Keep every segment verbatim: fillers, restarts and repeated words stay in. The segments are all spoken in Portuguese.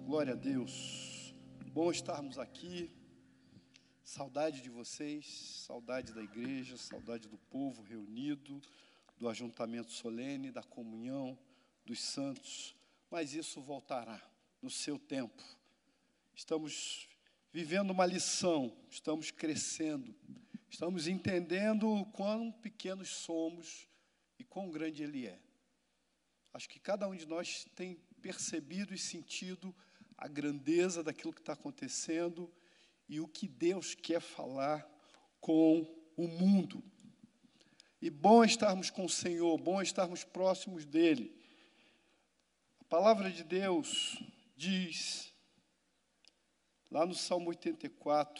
Glória a Deus. Bom estarmos aqui. Saudade de vocês, saudade da igreja, saudade do povo reunido, do ajuntamento solene, da comunhão dos santos. Mas isso voltará no seu tempo. Estamos vivendo uma lição, estamos crescendo, estamos entendendo o quão pequenos somos e quão grande Ele é. Acho que cada um de nós tem percebido e sentido a grandeza daquilo que está acontecendo e o que Deus quer falar com o mundo. E bom estarmos com o Senhor, bom estarmos próximos dEle. A palavra de Deus diz, lá no Salmo oitenta e quatro,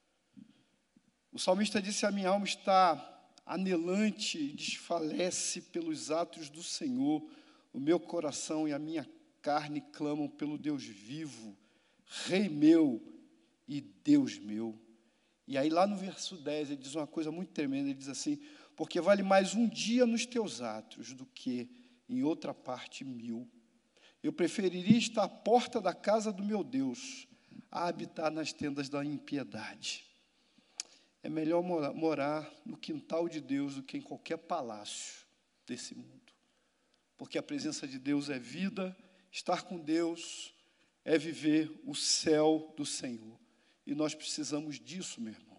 o salmista disse: a minha alma está anelante e desfalece pelos atos do Senhor, o meu coração e a minha carne clamam pelo Deus vivo, Rei meu e Deus meu. E aí lá no verso dez ele diz uma coisa muito tremenda, ele diz assim: porque vale mais um dia nos teus atos do que em outra parte mil. Eu preferiria estar à porta da casa do meu Deus a habitar nas tendas da impiedade. É melhor morar, morar no quintal de Deus do que em qualquer palácio desse mundo. Porque a presença de Deus é vida, estar com Deus é viver o céu do Senhor. E nós precisamos disso, meu irmão.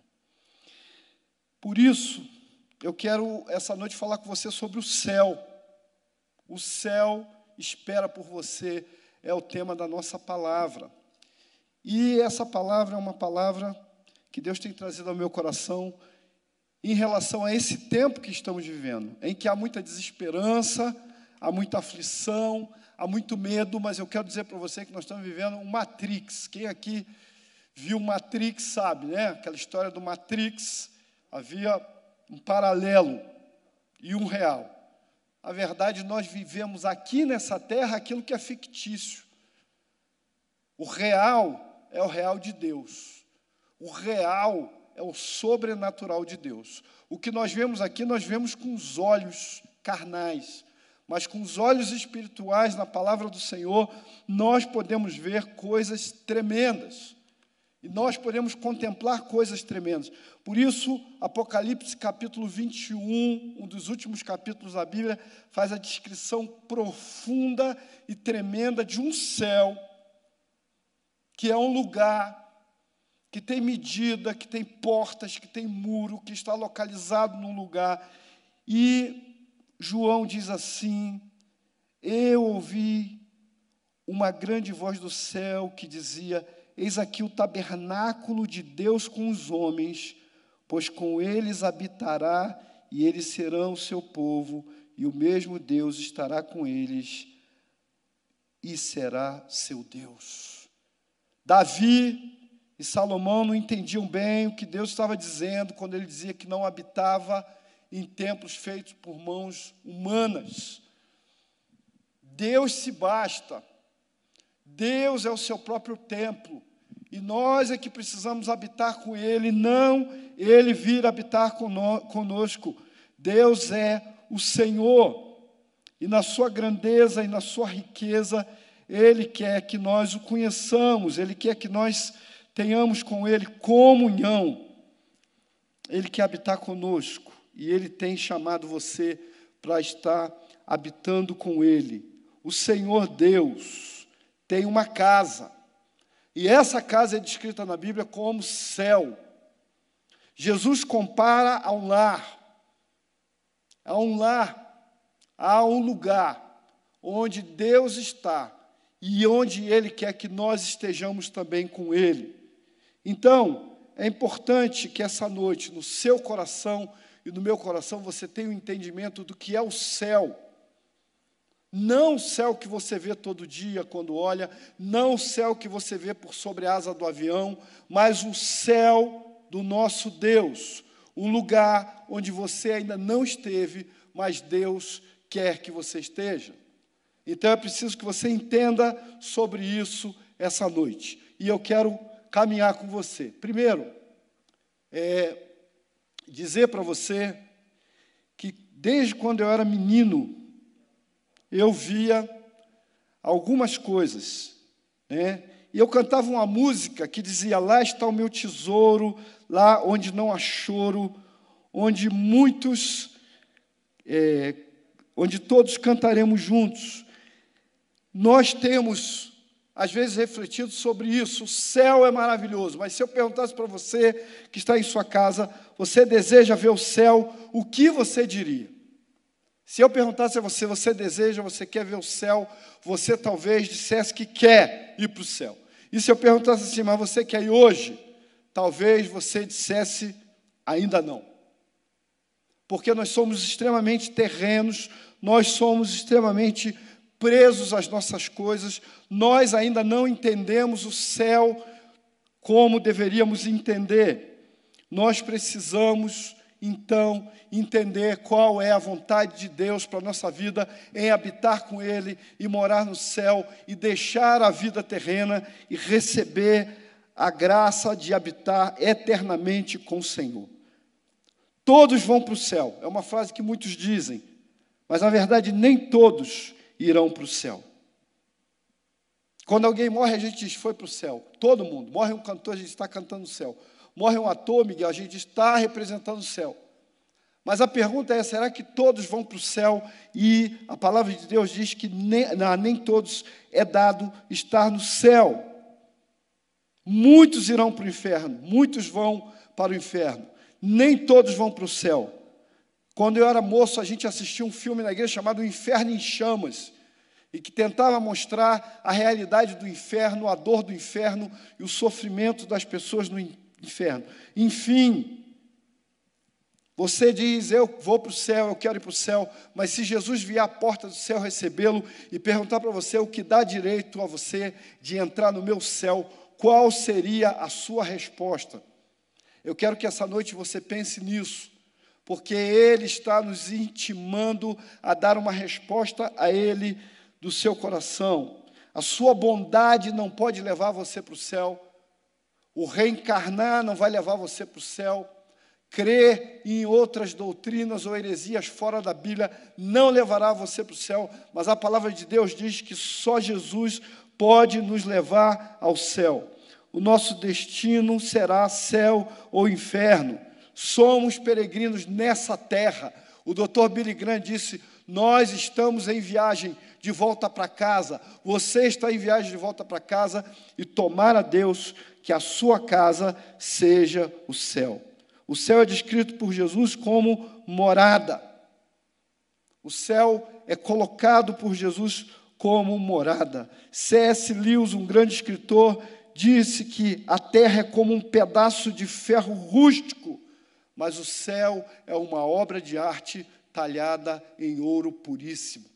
Por isso, eu quero essa noite falar com você sobre o céu. O céu espera por você, é o tema da nossa palavra. E essa palavra é uma palavra que Deus tem trazido ao meu coração em relação a esse tempo que estamos vivendo, em que há muita desesperança, há muita aflição, há muito medo, mas eu quero dizer para você que nós estamos vivendo um Matrix. Quem aqui viu Matrix sabe, né? Aquela história do Matrix, havia um paralelo e um real. Na verdade, nós vivemos aqui nessa terra aquilo que é fictício. O real é o real de Deus. O real é o sobrenatural de Deus. O que nós vemos aqui, nós vemos com os olhos carnais. Mas com os olhos espirituais, na palavra do Senhor, nós podemos ver coisas tremendas. E nós podemos contemplar coisas tremendas. Por isso, Apocalipse capítulo vinte e um, um dos últimos capítulos da Bíblia, faz a descrição profunda e tremenda de um céu, que é um lugar que tem medida, que tem portas, que tem muro, que está localizado num lugar. E João diz assim: eu ouvi uma grande voz do céu que dizia: eis aqui o tabernáculo de Deus com os homens, pois com eles habitará, e eles serão o seu povo, e o mesmo Deus estará com eles, e será seu Deus. Davi e Salomão não entendiam bem o que Deus estava dizendo, quando ele dizia que não habitava em templos feitos por mãos humanas. Deus se basta. Deus é o seu próprio templo. E nós é que precisamos habitar com Ele, não Ele vir habitar conosco. Deus é o Senhor. E na sua grandeza e na sua riqueza, Ele quer que nós o conheçamos. Ele quer que nós tenhamos com Ele comunhão. Ele quer habitar conosco. E Ele tem chamado você para estar habitando com Ele. O Senhor Deus tem uma casa. E essa casa é descrita na Bíblia como céu. Jesus compara a um lar. A um lar, a um lugar onde Deus está e onde Ele quer que nós estejamos também com Ele. Então, é importante que essa noite, no seu coração e no meu coração, você tenha um entendimento do que é o céu. Não o céu que você vê todo dia quando olha, não o céu que você vê por sobre a asa do avião, mas o céu do nosso Deus. Um lugar onde você ainda não esteve, mas Deus quer que você esteja. Então é preciso que você entenda sobre isso essa noite. E eu quero caminhar com você. Primeiro, é... dizer para você que desde quando eu era menino, eu via algumas coisas, né? e eu cantava uma música que dizia: lá está o meu tesouro, lá onde não há choro, onde muitos, é, onde todos cantaremos juntos. Nós temos, às vezes, refletido sobre isso. O céu é maravilhoso, mas se eu perguntasse para você que está em sua casa, você deseja ver o céu, o que você diria? Se eu perguntasse a você, você deseja, você quer ver o céu, você talvez dissesse que quer ir para o céu. E se eu perguntasse assim, mas você quer ir hoje? Talvez você dissesse, ainda não. Porque nós somos extremamente terrenos, nós somos extremamente presos às nossas coisas, nós ainda não entendemos o céu como deveríamos entender. Nós precisamos, então, entender qual é a vontade de Deus para a nossa vida, em habitar com Ele e morar no céu, e deixar a vida terrena e receber a graça de habitar eternamente com o Senhor. Todos vão para o céu, é uma frase que muitos dizem, mas, na verdade, nem todos irão para o céu. Quando alguém morre, a gente diz, foi para o céu. Todo mundo. Morre um cantor, a gente está cantando no céu. Morre um ator, Miguel, a gente está representando o céu. Mas a pergunta é, será que todos vão para o céu? E a palavra de Deus diz que nem, não, nem todos é dado estar no céu. Muitos irão para o inferno, muitos vão para o inferno. Nem todos vão para o céu. Quando eu era moço, a gente assistia um filme na igreja chamado O Inferno em Chamas, e que tentava mostrar a realidade do inferno, a dor do inferno e o sofrimento das pessoas no inferno. Enfim, você diz, eu vou para o céu, eu quero ir para o céu, mas se Jesus vier à porta do céu recebê-lo e perguntar para você o que dá direito a você de entrar no meu céu, qual seria a sua resposta? Eu quero que essa noite você pense nisso, porque Ele está nos intimando a dar uma resposta a Ele do seu coração. A sua bondade não pode levar você para o céu, o reencarnar não vai levar você para o céu, crer em outras doutrinas ou heresias fora da Bíblia não levará você para o céu, mas a palavra de Deus diz que só Jesus pode nos levar ao céu. O nosso destino será céu ou inferno. Somos peregrinos nessa terra. O doutor Billy Graham disse, nós estamos em viagem de volta para casa. Você está em viagem de volta para casa e tomara a Deus que a sua casa seja o céu. O céu é descrito por Jesus como morada. O céu é colocado por Jesus como morada. C S Lewis, um grande escritor, disse que a terra é como um pedaço de ferro rústico, mas o céu é uma obra de arte talhada em ouro puríssimo.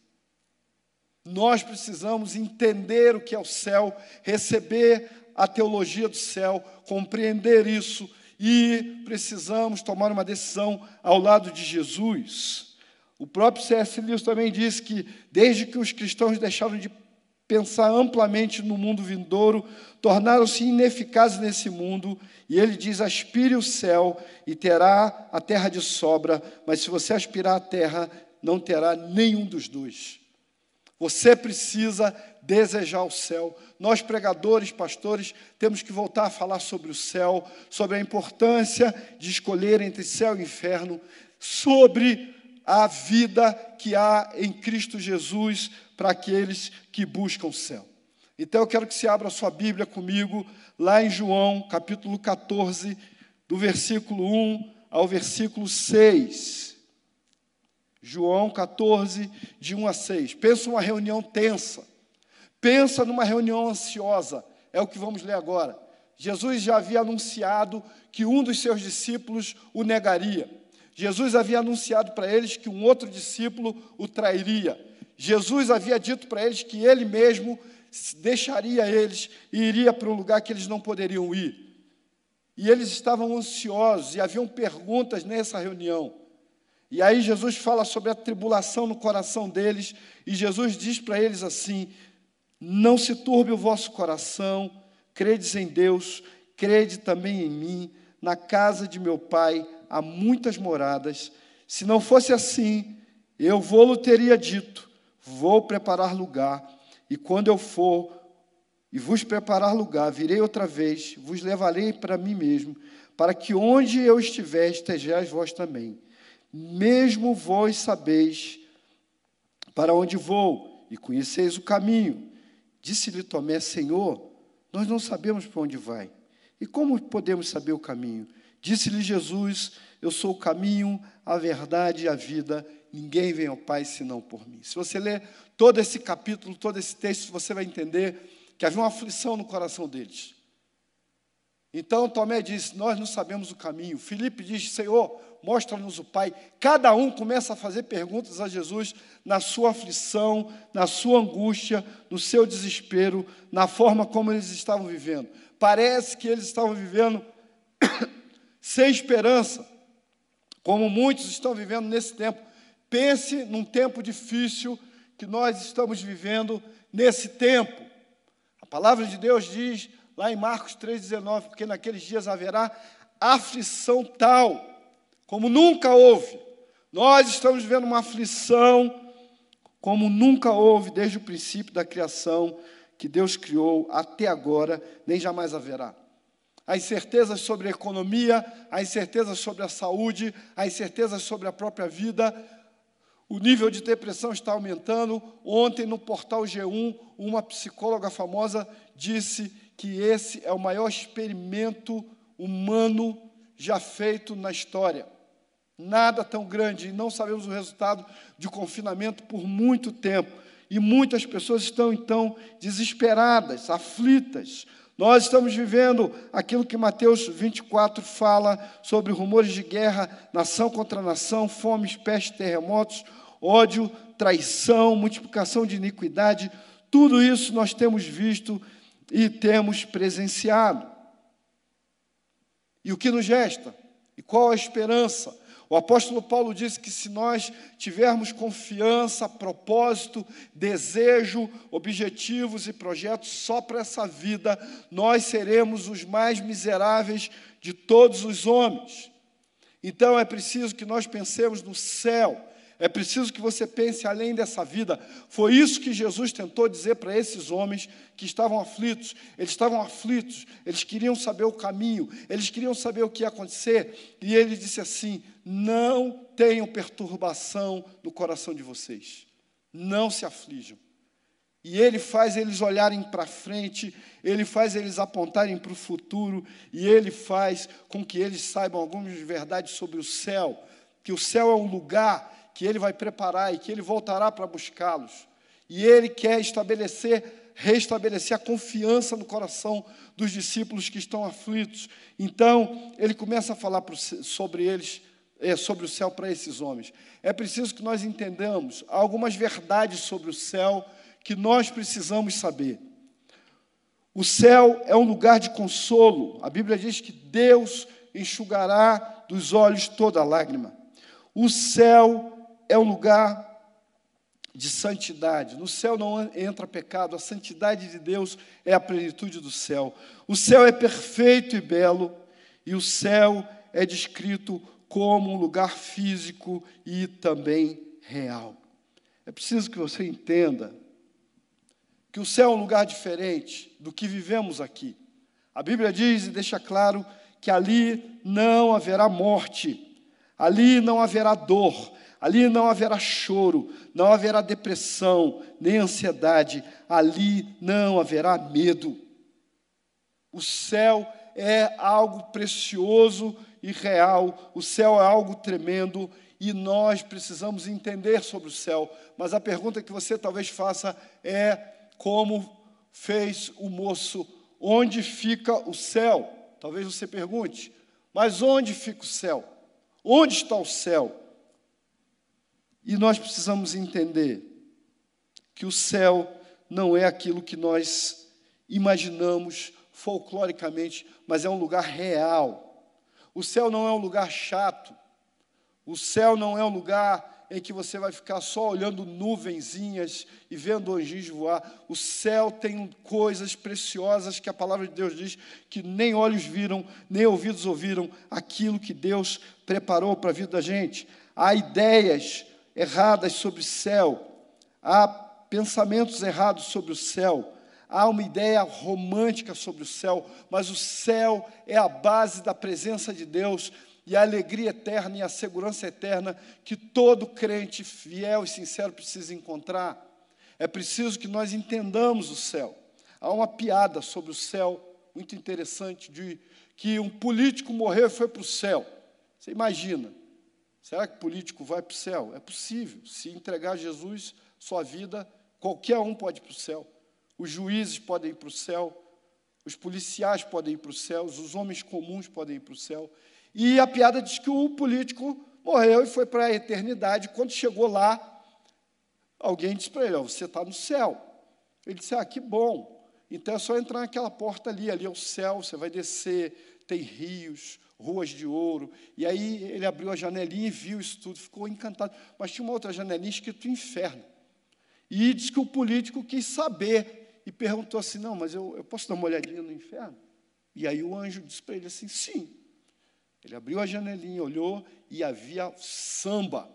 Nós precisamos entender o que é o céu, receber a teologia do céu, compreender isso, e precisamos tomar uma decisão ao lado de Jesus. O próprio C S Lewis também disse que, desde que os cristãos deixaram de pensar amplamente no mundo vindouro, tornaram-se ineficazes nesse mundo, e ele diz, aspire o céu e terá a terra de sobra, mas se você aspirar a terra, não terá nenhum dos dois. Você precisa desejar o céu. Nós, pregadores, pastores, temos que voltar a falar sobre o céu, sobre a importância de escolher entre céu e inferno, sobre a vida que há em Cristo Jesus para aqueles que buscam o céu. Então, eu quero que você abra a sua Bíblia comigo, lá em João, capítulo catorze, do versículo um ao versículo seis. João catorze, de um a seis. Pensa uma reunião tensa. Pensa numa reunião ansiosa. É o que vamos ler agora. Jesus já havia anunciado que um dos seus discípulos o negaria. Jesus havia anunciado para eles que um outro discípulo o trairia. Jesus havia dito para eles que ele mesmo deixaria eles e iria para um lugar que eles não poderiam ir. E eles estavam ansiosos e haviam perguntas nessa reunião. E aí Jesus fala sobre a tribulação no coração deles, e Jesus diz para eles assim, não se turbe o vosso coração, credes em Deus, crede também em mim, na casa de meu Pai há muitas moradas, se não fosse assim, eu vou-lhe teria dito, vou preparar lugar, e quando eu for e vos preparar lugar, virei outra vez, vos levarei para mim mesmo, para que onde eu estiver, estejais vós também. Mesmo vós sabeis para onde vou, e conheceis o caminho. Disse-lhe Tomé: Senhor, nós não sabemos para onde vai, e como podemos saber o caminho? Disse-lhe Jesus: eu sou o caminho, a verdade e a vida, ninguém vem ao Pai senão por mim. Se você ler todo esse capítulo, todo esse texto, você vai entender que havia uma aflição no coração deles. Então Tomé disse: nós não sabemos o caminho. Filipe diz: Senhor, mostra-nos o Pai. Cada um começa a fazer perguntas a Jesus na sua aflição, na sua angústia, no seu desespero, na forma como eles estavam vivendo. Parece que eles estavam vivendo sem esperança, como muitos estão vivendo nesse tempo. Pense num tempo difícil que nós estamos vivendo nesse tempo. A palavra de Deus diz, lá em Marcos três, dezenove, porque naqueles dias haverá aflição tal, como nunca houve. Nós estamos vivendo uma aflição como nunca houve desde o princípio da criação que Deus criou até agora, nem jamais haverá. Há incertezas sobre a economia, há incertezas sobre a saúde, há incertezas sobre a própria vida. O nível de depressão está aumentando. Ontem, no portal G um, uma psicóloga famosa disse que esse é o maior experimento humano já feito na história. Nada tão grande, e não sabemos o resultado de confinamento por muito tempo. E muitas pessoas estão, então, desesperadas, aflitas. Nós estamos vivendo aquilo que Mateus vinte e quatro fala sobre rumores de guerra, nação contra nação, fomes, peste, terremotos, ódio, traição, multiplicação de iniquidade. Tudo isso nós temos visto e temos presenciado. E o que nos resta? E qual a esperança? O apóstolo Paulo disse que se nós tivermos confiança, propósito, desejo, objetivos e projetos só para essa vida, nós seremos os mais miseráveis de todos os homens. Então é preciso que nós pensemos no céu. É preciso que você pense além dessa vida. Foi isso que Jesus tentou dizer para esses homens que estavam aflitos. Eles estavam aflitos, eles queriam saber o caminho, eles queriam saber o que ia acontecer. E ele disse assim: não tenham perturbação no coração de vocês. Não se aflijam. E ele faz eles olharem para frente, ele faz eles apontarem para o futuro, e ele faz com que eles saibam algumas verdades sobre o céu, que o céu é um lugar que ele vai preparar e que ele voltará para buscá-los. E ele quer estabelecer, restabelecer a confiança no coração dos discípulos que estão aflitos. Então, ele começa a falar sobre eles, é, sobre o céu para esses homens. É preciso que nós entendamos algumas verdades sobre o céu que nós precisamos saber. O céu é um lugar de consolo. A Bíblia diz que Deus enxugará dos olhos toda lágrima. O céu é um lugar de santidade. No céu não entra pecado. A santidade de Deus é a plenitude do céu. O céu é perfeito e belo, e o céu é descrito como um lugar físico e também real. É preciso que você entenda que o céu é um lugar diferente do que vivemos aqui. A Bíblia diz e deixa claro que ali não haverá morte, ali não haverá dor, ali não haverá choro, não haverá depressão, nem ansiedade, ali não haverá medo. O céu é algo precioso e real, o céu é algo tremendo, e nós precisamos entender sobre o céu. Mas a pergunta que você talvez faça é, como fez o moço: onde fica o céu? Talvez você pergunte, mas onde fica o céu? Onde está o céu? E nós precisamos entender que o céu não é aquilo que nós imaginamos folcloricamente, mas é um lugar real. O céu não é um lugar chato. O céu não é um lugar em que você vai ficar só olhando nuvenzinhas e vendo anjinhos voar. O céu tem coisas preciosas que a palavra de Deus diz que nem olhos viram, nem ouvidos ouviram, aquilo que Deus preparou para a vida da gente. Há ideias erradas sobre o céu, há pensamentos errados sobre o céu, há uma ideia romântica sobre o céu, mas o céu é a base da presença de Deus e a alegria eterna e a segurança eterna que todo crente fiel e sincero precisa encontrar. É preciso que nós entendamos o céu. Há uma piada sobre o céu muito interessante, de que um político morreu e foi para o céu. Você imagina, será que o político vai para o céu? É possível. Se entregar a Jesus sua vida, qualquer um pode ir para o céu. Os juízes podem ir para o céu, os policiais podem ir para o céu, os homens comuns podem ir para o céu. E a piada diz que o político morreu e foi para a eternidade. Quando chegou lá, alguém disse para ele, oh, você está no céu. Ele disse, ah, que bom. Então é só entrar naquela porta ali, ali é o céu, você vai descer, tem rios, ruas de ouro. E aí ele abriu a janelinha e viu isso tudo, ficou encantado. Mas tinha uma outra janelinha escrito inferno. E diz que o político quis saber e perguntou assim, não, mas eu, eu posso dar uma olhadinha no inferno? E aí o anjo disse para ele assim, sim. Ele abriu a janelinha, olhou e havia samba,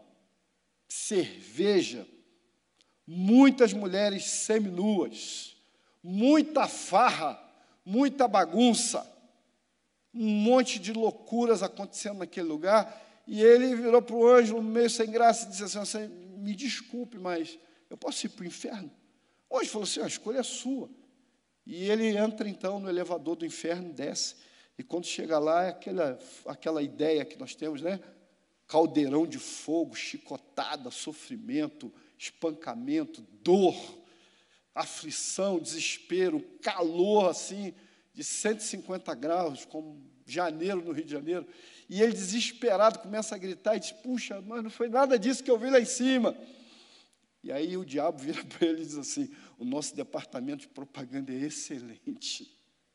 cerveja, muitas mulheres seminuas, muita farra, muita bagunça, um monte de loucuras acontecendo naquele lugar. E ele virou para o anjo, meio sem graça, e disse assim, me desculpe, mas eu posso ir para o inferno? O anjo falou assim, a escolha é sua. E ele entra, então, no elevador do inferno, desce, e quando chega lá, é aquela, aquela ideia que nós temos, né? Caldeirão de fogo, chicotada, sofrimento, espancamento, dor, aflição, desespero, calor, assim, de cento e cinquenta graus, como janeiro no Rio de Janeiro. E ele, desesperado, começa a gritar e diz, puxa, mas não foi nada disso que eu vi lá em cima. E aí o diabo vira para ele e diz assim, o nosso departamento de propaganda é excelente.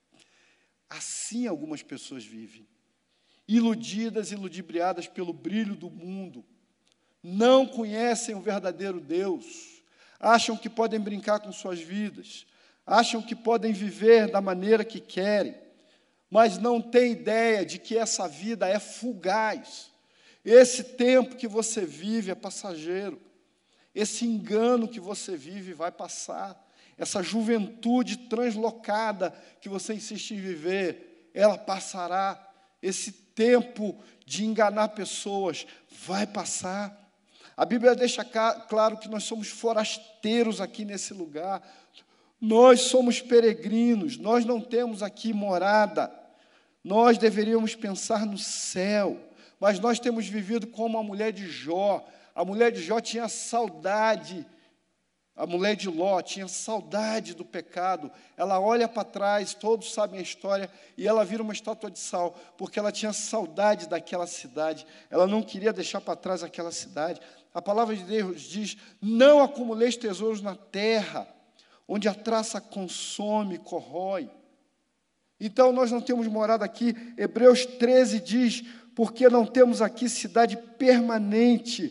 Assim algumas pessoas vivem, iludidas e ludibriadas pelo brilho do mundo, não conhecem o verdadeiro Deus, acham que podem brincar com suas vidas, acham que podem viver da maneira que querem, mas não têm ideia de que essa vida é fugaz, esse tempo que você vive é passageiro, esse engano que você vive vai passar. Essa juventude translocada que você insiste em viver, ela passará. Esse tempo de enganar pessoas vai passar. A Bíblia deixa claro que nós somos forasteiros aqui nesse lugar. Nós somos peregrinos, nós não temos aqui morada. Nós deveríamos pensar no céu, mas nós temos vivido como a mulher de Jó. A mulher de Jó tinha saudade. A mulher de Ló tinha saudade do pecado. Ela olha para trás, todos sabem a história, e ela vira uma estátua de sal, porque ela tinha saudade daquela cidade. Ela não queria deixar para trás aquela cidade. A palavra de Deus diz, não acumuleis tesouros na terra, onde a traça consome e corrói. Então, nós não temos morada aqui. Hebreus treze diz, porque não temos aqui cidade permanente,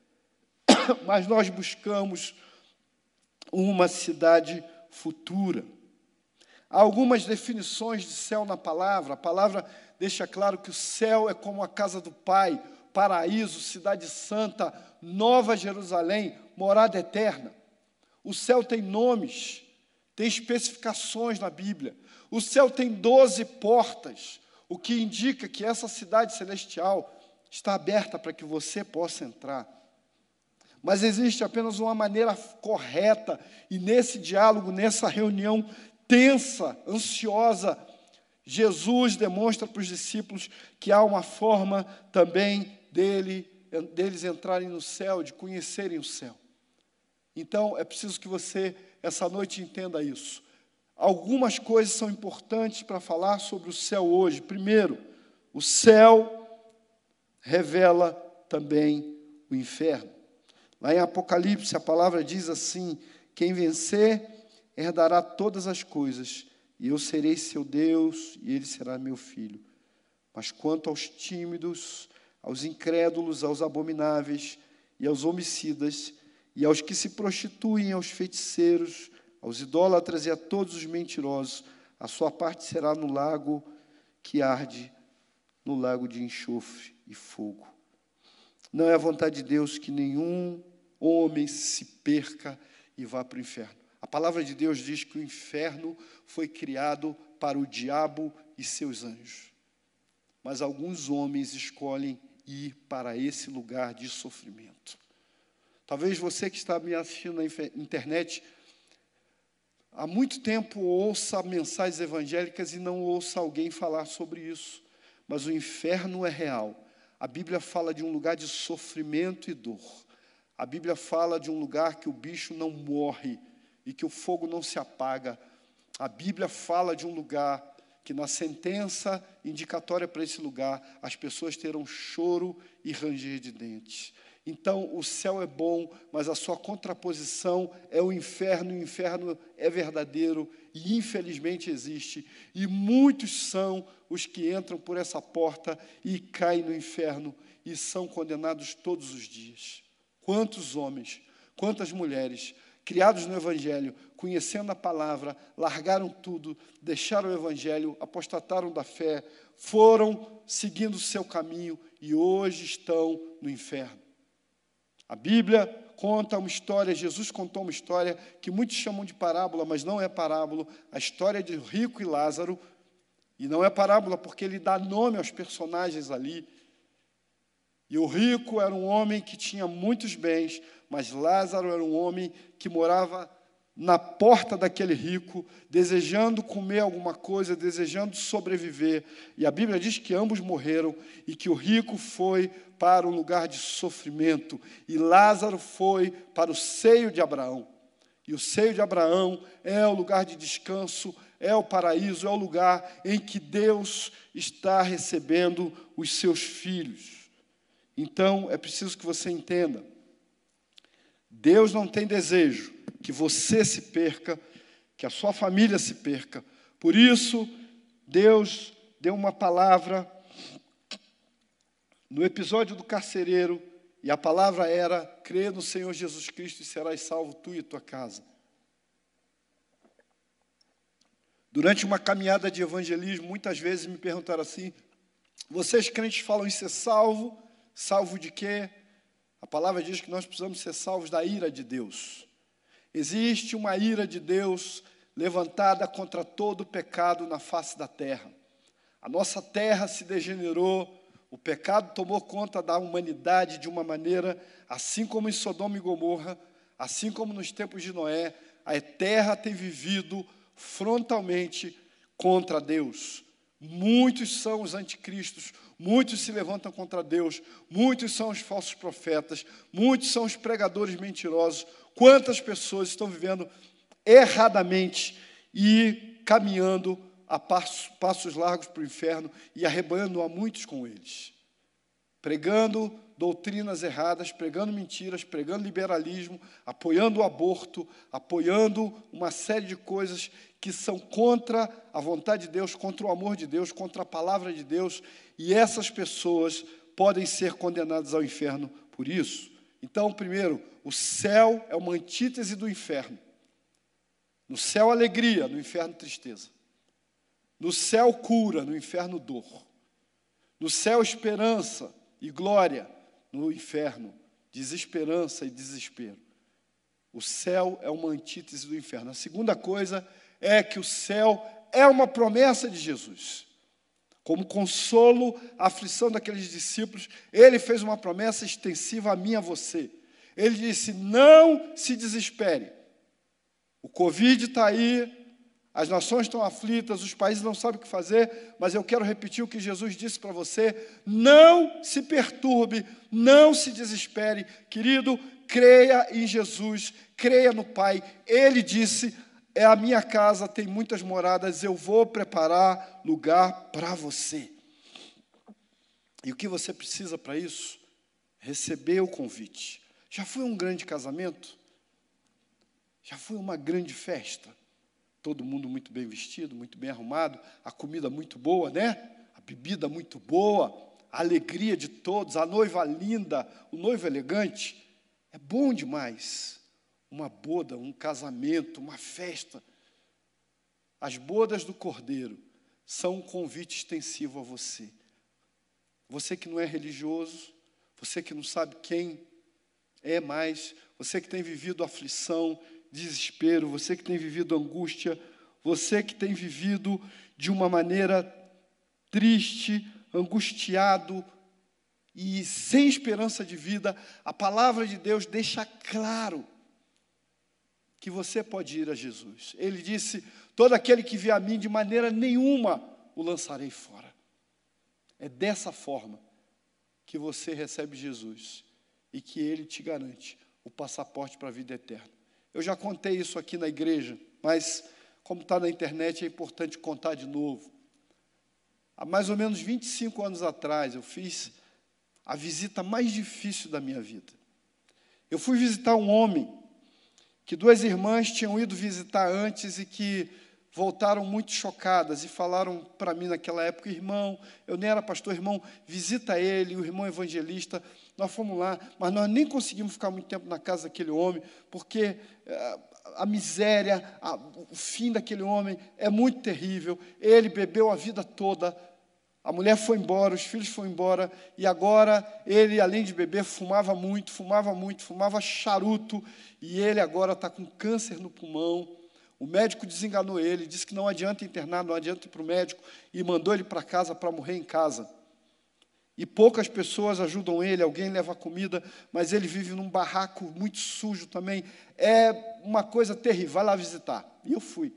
mas nós buscamos uma cidade futura. Há algumas definições de céu na palavra. A palavra deixa claro que o céu é como a casa do Pai, paraíso, cidade santa, Nova Jerusalém, morada eterna. O céu tem nomes, tem especificações na Bíblia. O céu tem doze portas, o que indica que essa cidade celestial está aberta para que você possa entrar. Mas existe apenas uma maneira correta, e nesse diálogo, nessa reunião tensa, ansiosa, Jesus demonstra para os discípulos que há uma forma também dele, deles entrarem no céu, de conhecerem o céu. Então, é preciso que você, essa noite, entenda isso. Algumas coisas são importantes para falar sobre o céu hoje. Primeiro, o céu revela também o inferno. Lá em Apocalipse, a palavra diz assim, quem vencer herdará todas as coisas, e eu serei seu Deus, e ele será meu filho. Mas quanto aos tímidos, aos incrédulos, aos abomináveis, e aos homicidas, e aos que se prostituem, aos feiticeiros, aos idólatras e a todos os mentirosos, a sua parte será no lago que arde, no lago de enxofre e fogo. Não é a vontade de Deus que nenhum homem se perca e vá para o inferno. A palavra de Deus diz que o inferno foi criado para o diabo e seus anjos. Mas alguns homens escolhem ir para esse lugar de sofrimento. Talvez você que está me assistindo na internet, há muito tempo ouça mensagens evangélicas e não ouça alguém falar sobre isso. Mas o inferno é real. A Bíblia fala de um lugar de sofrimento e dor. A Bíblia fala de um lugar que o bicho não morre e que o fogo não se apaga. A Bíblia fala de um lugar que na sentença indicatória para esse lugar, as pessoas terão choro e ranger de dentes. Então, o céu é bom, mas a sua contraposição é o inferno. O inferno é verdadeiro e, infelizmente, existe. E muitos são os que entram por essa porta e caem no inferno e são condenados todos os dias. Quantos homens, quantas mulheres, criados no Evangelho, conhecendo a palavra, largaram tudo, deixaram o Evangelho, apostataram da fé, foram seguindo o seu caminho e hoje estão no inferno. A Bíblia conta uma história, Jesus contou uma história que muitos chamam de parábola, mas não é parábola, a história de Rico e Lázaro, e não é parábola porque ele dá nome aos personagens ali. E o rico era um homem que tinha muitos bens, mas Lázaro era um homem que morava na porta daquele rico, desejando comer alguma coisa, desejando sobreviver. E a Bíblia diz que ambos morreram e que o rico foi para um lugar de sofrimento e Lázaro foi para o seio de Abraão. E o seio de Abraão é o lugar de descanso, é o paraíso, é o lugar em que Deus está recebendo os seus filhos. Então, é preciso que você entenda, Deus não tem desejo que você se perca, que a sua família se perca. Por isso, Deus deu uma palavra no episódio do carcereiro, e a palavra era: crê no Senhor Jesus Cristo e serás salvo tu e tua casa. Durante uma caminhada de evangelismo, muitas vezes me perguntaram assim: vocês crentes falam em ser salvo, salvo de quê? A palavra diz que nós precisamos ser salvos da ira de Deus. Existe uma ira de Deus levantada contra todo o pecado na face da terra. A nossa terra se degenerou, o pecado tomou conta da humanidade de uma maneira, assim como em Sodoma e Gomorra, assim como nos tempos de Noé, a terra tem vivido frontalmente contra Deus. Muitos são os anticristos, muitos se levantam contra Deus, muitos são os falsos profetas, muitos são os pregadores mentirosos. Quantas pessoas estão vivendo erradamente e caminhando a passos, passos largos para o inferno e arrebanhando a muitos com eles, pregando doutrinas erradas, pregando mentiras, pregando liberalismo, apoiando o aborto, apoiando uma série de coisas que são contra a vontade de Deus, contra o amor de Deus, contra a palavra de Deus, e essas pessoas podem ser condenadas ao inferno por isso. Então, primeiro, o céu é uma antítese do inferno. No céu, alegria, no inferno, tristeza. No céu, cura, no inferno, dor. No céu, esperança e glória, no inferno, desesperança e desespero. O céu é uma antítese do inferno. A segunda coisa é que o céu é uma promessa de Jesus. Como consolo à aflição daqueles discípulos, ele fez uma promessa extensiva a mim e a você. Ele disse: não se desespere. O Covid está aí, as nações estão aflitas, os países não sabem o que fazer, mas eu quero repetir o que Jesus disse para você: não se perturbe, não se desespere. Querido, creia em Jesus, creia no Pai. Ele disse: é a minha casa, tem muitas moradas, eu vou preparar lugar para você. E o que você precisa para isso? Receber o convite. Já foi um grande casamento? Já foi uma grande festa? Todo mundo muito bem vestido, muito bem arrumado, a comida muito boa, né? A bebida muito boa, a alegria de todos, a noiva linda, o noivo elegante. É bom demais. Uma boda, um casamento, uma festa. As bodas do Cordeiro são um convite extensivo a você. Você que não é religioso, você que não sabe quem é mais, você que tem vivido aflição desespero, você que tem vivido angústia, você que tem vivido de uma maneira triste, angustiado e sem esperança de vida, a palavra de Deus deixa claro que você pode ir a Jesus. Ele disse: todo aquele que vier a mim, de maneira nenhuma o lançarei fora. É dessa forma que você recebe Jesus e que Ele te garante o passaporte para a vida eterna. Eu já contei isso aqui na igreja, mas como está na internet é importante contar de novo. Há mais ou menos vinte e cinco anos atrás, eu fiz a visita mais difícil da minha vida. Eu fui visitar um homem que duas irmãs tinham ido visitar antes e que voltaram muito chocadas e falaram para mim naquela época: irmão, eu nem era pastor, irmão, visita ele, o irmão evangelista. Nós fomos lá, mas nós nem conseguimos ficar muito tempo na casa daquele homem, porque a, a miséria, a, o fim daquele homem é muito terrível. Ele bebeu a vida toda, a mulher foi embora, os filhos foram embora, e agora ele, além de beber, fumava muito, fumava muito, fumava charuto, e ele agora está com câncer no pulmão. O médico desenganou ele, disse que não adianta internar, não adianta ir para o médico, e mandou ele para casa para morrer em casa. E poucas pessoas ajudam ele, alguém leva comida, mas ele vive num barraco muito sujo também. É uma coisa terrível, vai lá visitar. E eu fui.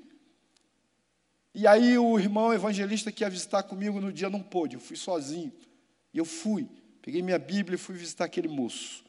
E aí o irmão evangelista que ia visitar comigo no dia não pôde, eu fui sozinho. E eu fui, peguei minha Bíblia e fui visitar aquele moço.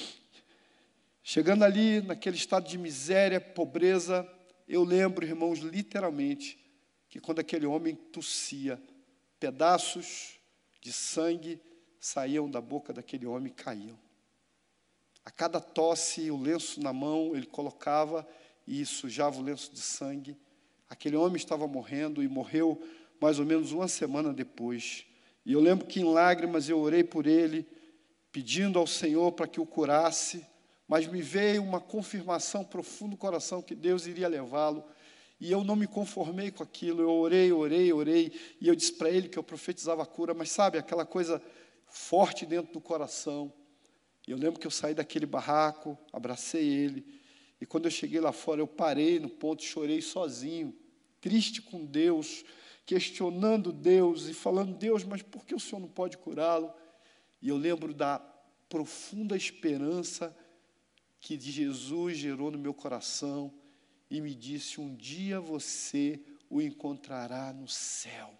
Chegando ali, naquele estado de miséria, pobreza, eu lembro, irmãos, literalmente, que quando aquele homem tossia, pedaços de sangue saíam da boca daquele homem e caíam. A cada tosse, o lenço na mão, ele colocava e sujava o lenço de sangue. Aquele homem estava morrendo e morreu mais ou menos uma semana depois. E eu lembro que em lágrimas eu orei por ele, pedindo ao Senhor para que o curasse, mas me veio uma confirmação profunda no coração que Deus iria levá-lo. E eu não me conformei com aquilo, eu orei, orei, orei, e eu disse para ele que eu profetizava a cura, mas sabe, aquela coisa forte dentro do coração. E eu lembro que eu saí daquele barraco, abracei ele, e quando eu cheguei lá fora, eu parei no ponto, chorei sozinho, triste com Deus, questionando Deus e falando: Deus, mas por que o Senhor não pode curá-lo? E eu lembro da profunda esperança que Jesus gerou no meu coração, e me disse: um dia você o encontrará no céu.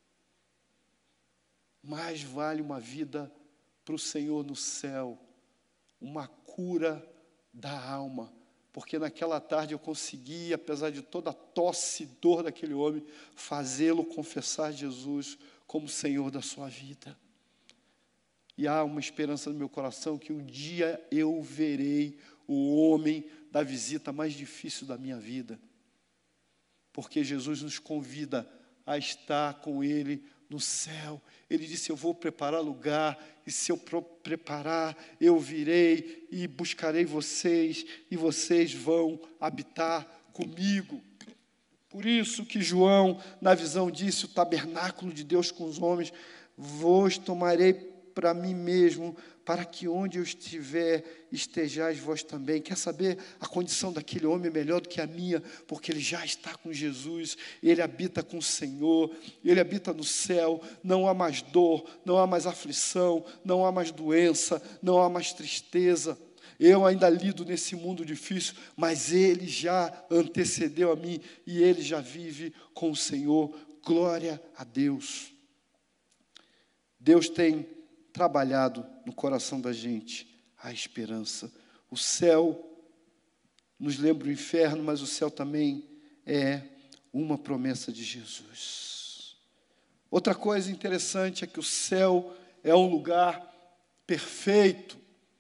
Mais vale uma vida para o Senhor no céu, uma cura da alma, porque naquela tarde eu consegui, apesar de toda a tosse e dor daquele homem, fazê-lo confessar Jesus como Senhor da sua vida. E há uma esperança no meu coração que um dia eu verei o homem da visita mais difícil da minha vida, porque Jesus nos convida a estar com Ele no céu. Ele disse: eu vou preparar lugar, e se eu preparar, eu virei e buscarei vocês, e vocês vão habitar comigo. Por isso que João, na visão, disse: o tabernáculo de Deus com os homens, vos tomarei para mim mesmo, para que onde eu estiver, estejais vós também. Quer saber? A condição daquele homem é melhor do que a minha, porque ele já está com Jesus, ele habita com o Senhor, ele habita no céu, não há mais dor, não há mais aflição, não há mais doença, não há mais tristeza. Eu ainda lido nesse mundo difícil, mas ele já antecedeu a mim, e ele já vive com o Senhor. Glória a Deus. Deus tem trabalhado no coração da gente a esperança. O céu nos lembra o inferno, mas o céu também é uma promessa de Jesus. Outra coisa interessante é que o céu é um lugar perfeito,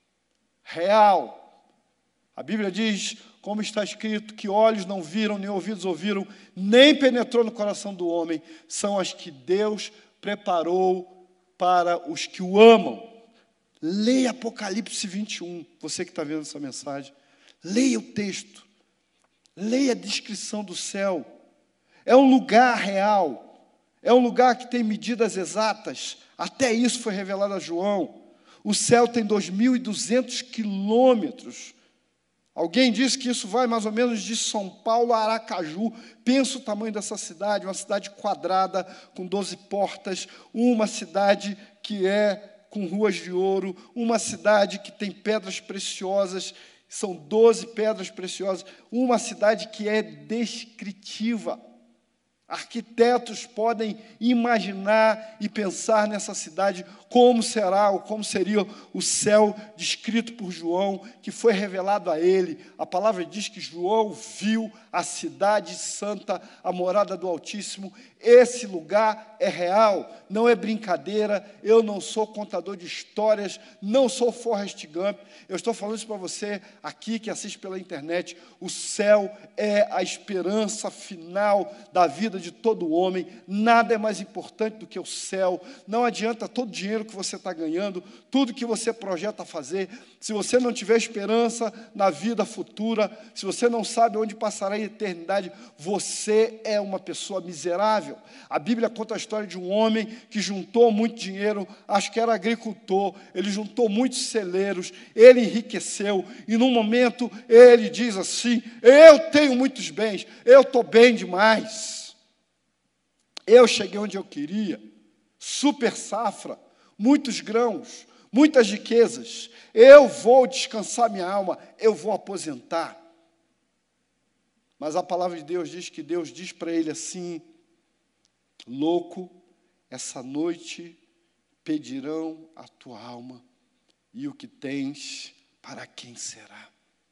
real. A Bíblia diz, como está escrito, que olhos não viram, nem ouvidos ouviram, nem penetrou no coração do homem, são as que Deus preparou para os que o amam. Leia Apocalipse vinte e um, você que está vendo essa mensagem. Leia o texto. Leia a descrição do céu. É um lugar real. É um lugar que tem medidas exatas. Até isso foi revelado a João. O céu tem dois mil e duzentos quilômetros. Alguém disse que isso vai mais ou menos de São Paulo a Aracaju. Pensa o tamanho dessa cidade, uma cidade quadrada, com doze portas, uma cidade que é com ruas de ouro, uma cidade que tem pedras preciosas, são doze pedras preciosas, uma cidade que é descritiva. Arquitetos podem imaginar e pensar nessa cidade como será ou como seria o céu descrito por João, que foi revelado a ele. A palavra diz que João viu a cidade santa, a morada do Altíssimo. Esse lugar é real, não é brincadeira. Eu não sou contador de histórias, não sou Forrest Gump. Eu estou falando isso para você aqui que assiste pela internet. O céu é a esperança final da vida de todo homem. Nada é mais importante do que o céu. Não adianta todo o dinheiro que você está ganhando, tudo que você projeta fazer, se você não tiver esperança na vida futura, se você não sabe onde passará a eternidade, você é uma pessoa miserável. A Bíblia conta a história de um homem que juntou muito dinheiro, acho que era agricultor, ele juntou muitos celeiros, ele enriqueceu, e num momento ele diz assim: eu tenho muitos bens, eu estou bem demais, eu cheguei onde eu queria, super safra, muitos grãos, muitas riquezas, eu vou descansar minha alma, eu vou aposentar. Mas a palavra de Deus diz que Deus diz para ele assim: louco, essa noite pedirão a tua alma, e o que tens, para quem será?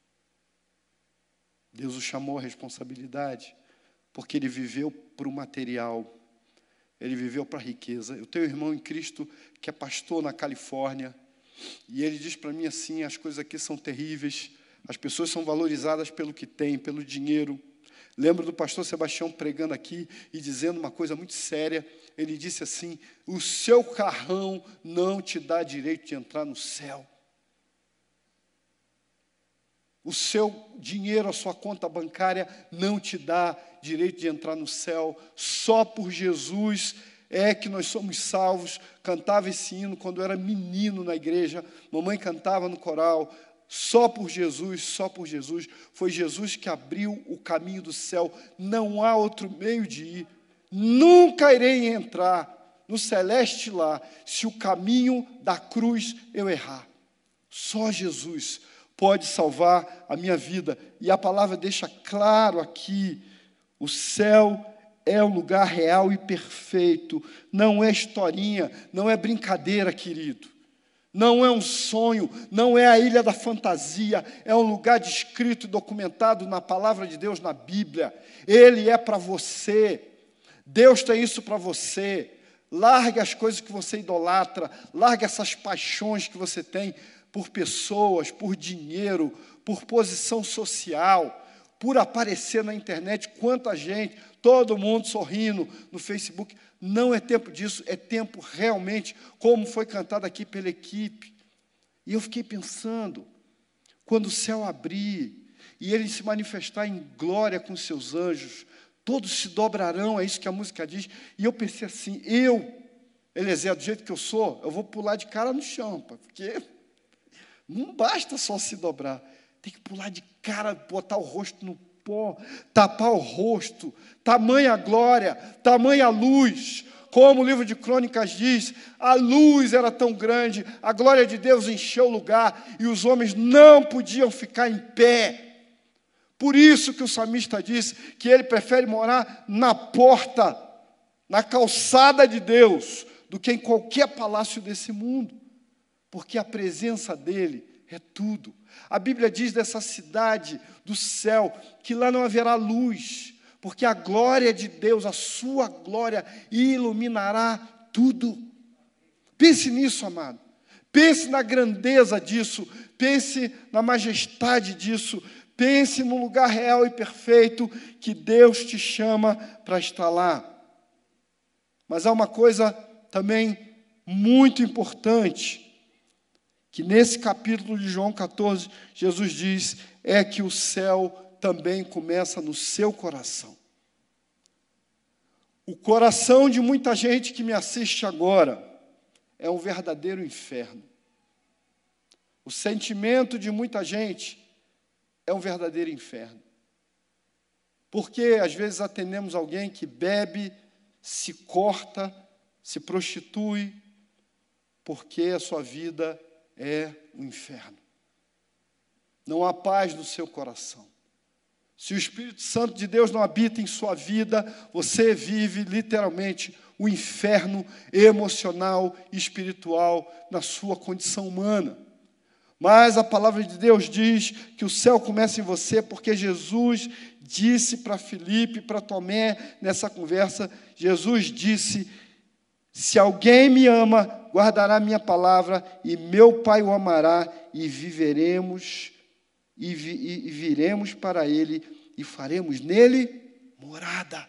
Deus o chamou à responsabilidade, porque ele viveu para o material, ele viveu para a riqueza. Eu tenho um irmão em Cristo que é pastor na Califórnia, e ele diz para mim assim: as coisas aqui são terríveis, as pessoas são valorizadas pelo que têm, pelo dinheiro. Lembro do pastor Sebastião pregando aqui e dizendo uma coisa muito séria. Ele disse assim: o seu carrão não te dá direito de entrar no céu. O seu dinheiro, a sua conta bancária não te dá direito de entrar no céu. Só por Jesus é que nós somos salvos. Cantava esse hino quando eu era menino na igreja. Mamãe cantava no coral. Só por Jesus, só por Jesus. Foi Jesus que abriu o caminho do céu. Não há outro meio de ir. Nunca irei entrar no celeste lá, se o caminho da cruz eu errar. Só Jesus pode salvar a minha vida. E a palavra deixa claro aqui: o céu é um lugar real e perfeito. Não é historinha, não é brincadeira, querido. Não é um sonho, não é a ilha da fantasia, é um lugar descrito e documentado na palavra de Deus, na Bíblia. Ele é para você. Deus tem isso para você. Largue as coisas que você idolatra, largue essas paixões que você tem por pessoas, por dinheiro, por posição social, por aparecer na internet. Quanta gente, todo mundo sorrindo no Facebook. Não é tempo disso, é tempo realmente, como foi cantado aqui pela equipe. E eu fiquei pensando, quando o céu abrir e ele se manifestar em glória com seus anjos, todos se dobrarão, é isso que a música diz. E eu pensei assim: eu, Eliezer, do jeito que eu sou, eu vou pular de cara no chão, porque não basta só se dobrar, tem que pular de cara, botar o rosto no pó, tapar o rosto. Tamanha glória, tamanha luz. Como o livro de Crônicas diz, a luz era tão grande, a glória de Deus encheu o lugar, e os homens não podiam ficar em pé. Por isso que o salmista disse que ele prefere morar na porta, na calçada de Deus, do que em qualquer palácio desse mundo, porque a presença dele é tudo. A Bíblia diz dessa cidade do céu que lá não haverá luz, porque a glória de Deus, a sua glória, iluminará tudo. Pense nisso, amado. Pense na grandeza disso, pense na majestade disso, pense no lugar real e perfeito que Deus te chama para estar lá. Mas há uma coisa também muito importante, que nesse capítulo de João catorze, Jesus diz, é que o céu também começa no seu coração. O coração de muita gente que me assiste agora é um verdadeiro inferno. O sentimento de muita gente é um verdadeiro inferno. Porque, às vezes, atendemos alguém que bebe, se corta, se prostitui, porque a sua vida é um inferno. Não há paz no seu coração. Se o Espírito Santo de Deus não habita em sua vida, você vive literalmente o inferno emocional e espiritual na sua condição humana. Mas a palavra de Deus diz que o céu começa em você, porque Jesus disse para Filipe, para Tomé, nessa conversa, Jesus disse: se alguém me ama, guardará minha palavra, e meu Pai o amará, e viveremos, e, vi, e viremos para ele, e faremos nele morada.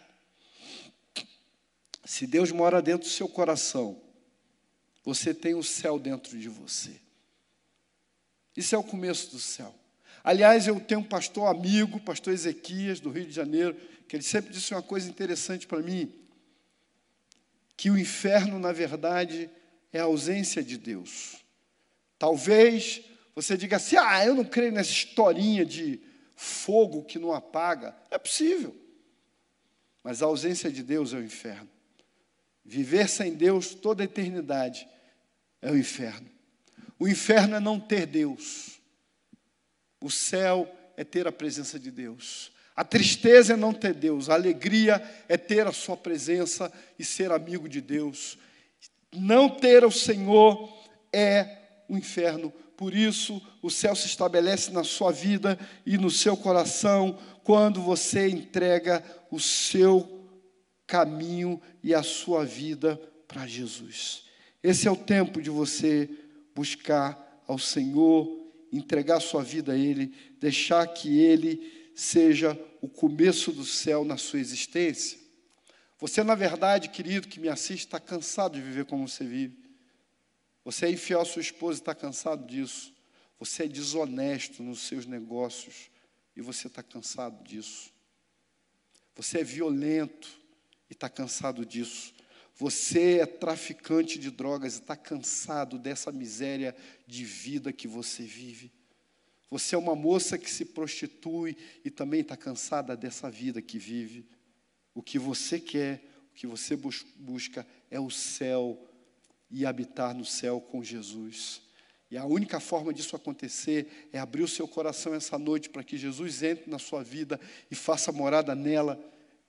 Se Deus mora dentro do seu coração, você tem o céu dentro de você. Isso é o começo do céu. Aliás, eu tenho um pastor amigo, pastor Ezequias, do Rio de Janeiro, que ele sempre disse uma coisa interessante para mim, que o inferno, na verdade, é a ausência de Deus. Talvez você diga assim: ah, eu não creio nessa historinha de fogo que não apaga. É possível. Mas a ausência de Deus é o inferno. Viver sem Deus toda a eternidade é o inferno. O inferno é não ter Deus. O céu é ter a presença de Deus. A tristeza é não ter Deus. A alegria é ter a sua presença e ser amigo de Deus. Não ter o Senhor é o inferno. Por isso, o céu se estabelece na sua vida e no seu coração quando você entrega o seu caminho e a sua vida para Jesus. Esse é o tempo de você buscar ao Senhor, entregar sua vida a Ele, deixar que Ele seja o começo do céu na sua existência. Você, na verdade, querido, que me assiste, está cansado de viver como você vive. Você é infiel à sua esposa e está cansado disso. Você é desonesto nos seus negócios e você está cansado disso. Você é violento e está cansado disso. Você é traficante de drogas e está cansado dessa miséria de vida que você vive. Você é uma moça que se prostitui e também está cansada dessa vida que vive. O que você quer, o que você bus- busca é o céu e habitar no céu com Jesus. E a única forma disso acontecer é abrir o seu coração essa noite para que Jesus entre na sua vida e faça morada nela.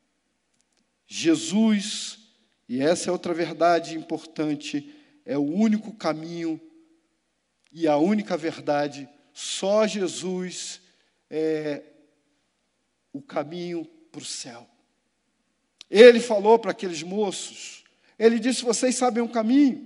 Jesus, e essa é outra verdade importante, é o único caminho e a única verdade. Só Jesus é o caminho para o céu. Ele falou para aqueles moços, ele disse: vocês sabem o caminho.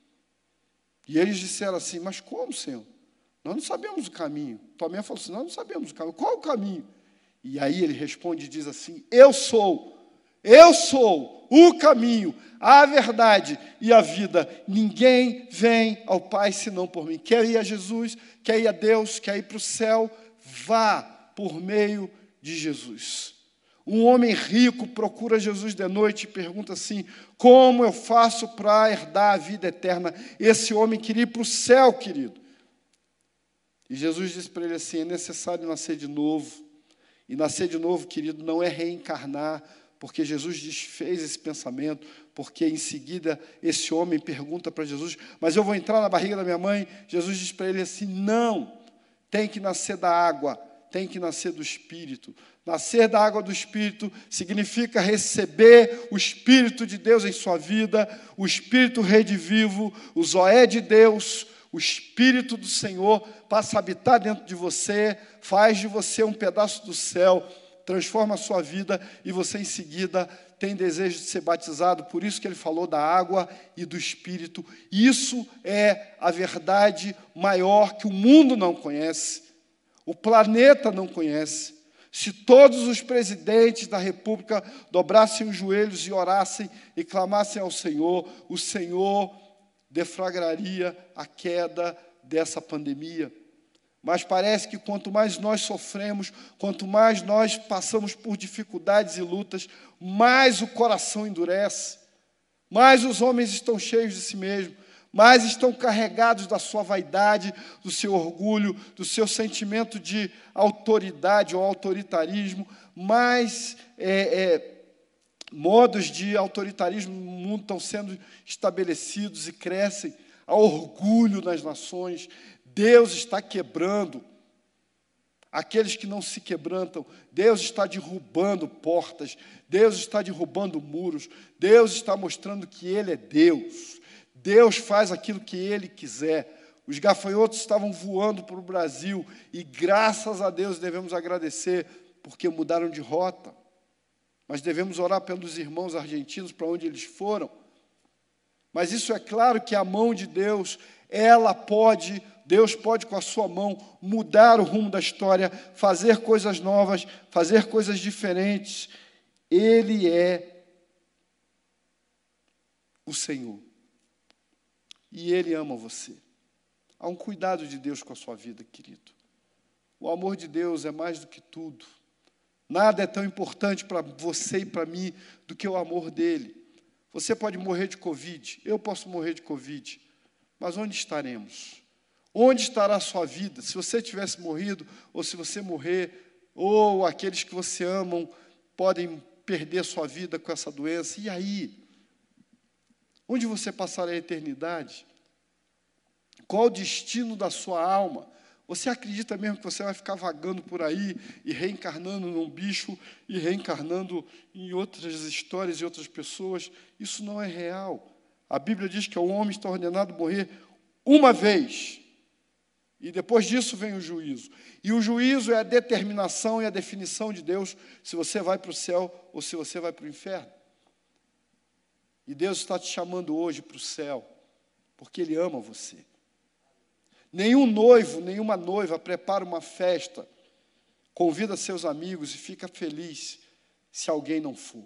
E eles disseram assim: mas como, Senhor? Nós não sabemos o caminho. Tomé falou assim: nós não sabemos o caminho. Qual é o caminho? E aí ele responde e diz assim: eu sou, eu sou o caminho, a verdade e a vida. Ninguém vem ao Pai senão por mim. Quer ir a Jesus, quer ir a Deus, quer ir para o céu, vá por meio de Jesus. Um homem rico procura Jesus de noite e pergunta assim: como eu faço para herdar a vida eterna? Esse homem queria ir para o céu, querido. E Jesus disse para ele assim: é necessário nascer de novo. E nascer de novo, querido, não é reencarnar, porque Jesus desfez esse pensamento, porque em seguida esse homem pergunta para Jesus: mas eu vou entrar na barriga da minha mãe? Jesus diz para ele assim: não, tem que nascer da água, tem que nascer do Espírito. Nascer da água do Espírito significa receber o Espírito de Deus em sua vida, o Espírito redivivo, o Zoé de Deus, o Espírito do Senhor passa a habitar dentro de você, faz de você um pedaço do céu, transforma a sua vida e você em seguida tem desejo de ser batizado. Por isso que ele falou da água e do Espírito. Isso é a verdade maior que o mundo não conhece, o planeta não conhece. Se todos os presidentes da República dobrassem os joelhos e orassem e clamassem ao Senhor, o Senhor deflagraria a queda dessa pandemia. Mas parece que quanto mais nós sofremos, quanto mais nós passamos por dificuldades e lutas, mais o coração endurece, mais os homens estão cheios de si mesmos, mais estão carregados da sua vaidade, do seu orgulho, do seu sentimento de autoridade ou autoritarismo, mais é, é, modos de autoritarismo no mundo estão sendo estabelecidos e crescem, há orgulho nas nações. Deus está quebrando aqueles que não se quebrantam. Deus está derrubando portas, Deus está derrubando muros, Deus está mostrando que Ele é Deus. Deus faz aquilo que Ele quiser. Os gafanhotos estavam voando para o Brasil e, graças a Deus, devemos agradecer, porque mudaram de rota. Mas devemos orar pelos irmãos argentinos, para onde eles foram. Mas isso é claro que a mão de Deus, ela pode, Deus pode com a sua mão mudar o rumo da história, fazer coisas novas, fazer coisas diferentes. Ele é o Senhor. E Ele ama você. Há um cuidado de Deus com a sua vida, querido. O amor de Deus é mais do que tudo. Nada é tão importante para você e para mim do que o amor dEle. Você pode morrer de Covid, eu posso morrer de Covid, mas onde estaremos? Onde estará a sua vida? Se você tivesse morrido, ou se você morrer, ou aqueles que você amam podem perder sua vida com essa doença, e aí? Onde você passará a eternidade? Qual o destino da sua alma? Você acredita mesmo que você vai ficar vagando por aí e reencarnando num bicho e reencarnando em outras histórias e outras pessoas? Isso não é real. A Bíblia diz que o homem está ordenado a morrer uma vez. E depois disso vem o juízo. E o juízo é a determinação e a definição de Deus se você vai para o céu ou se você vai para o inferno. E Deus está te chamando hoje para o céu, porque Ele ama você. Nenhum noivo, nenhuma noiva prepara uma festa, convida seus amigos e fica feliz se alguém não for.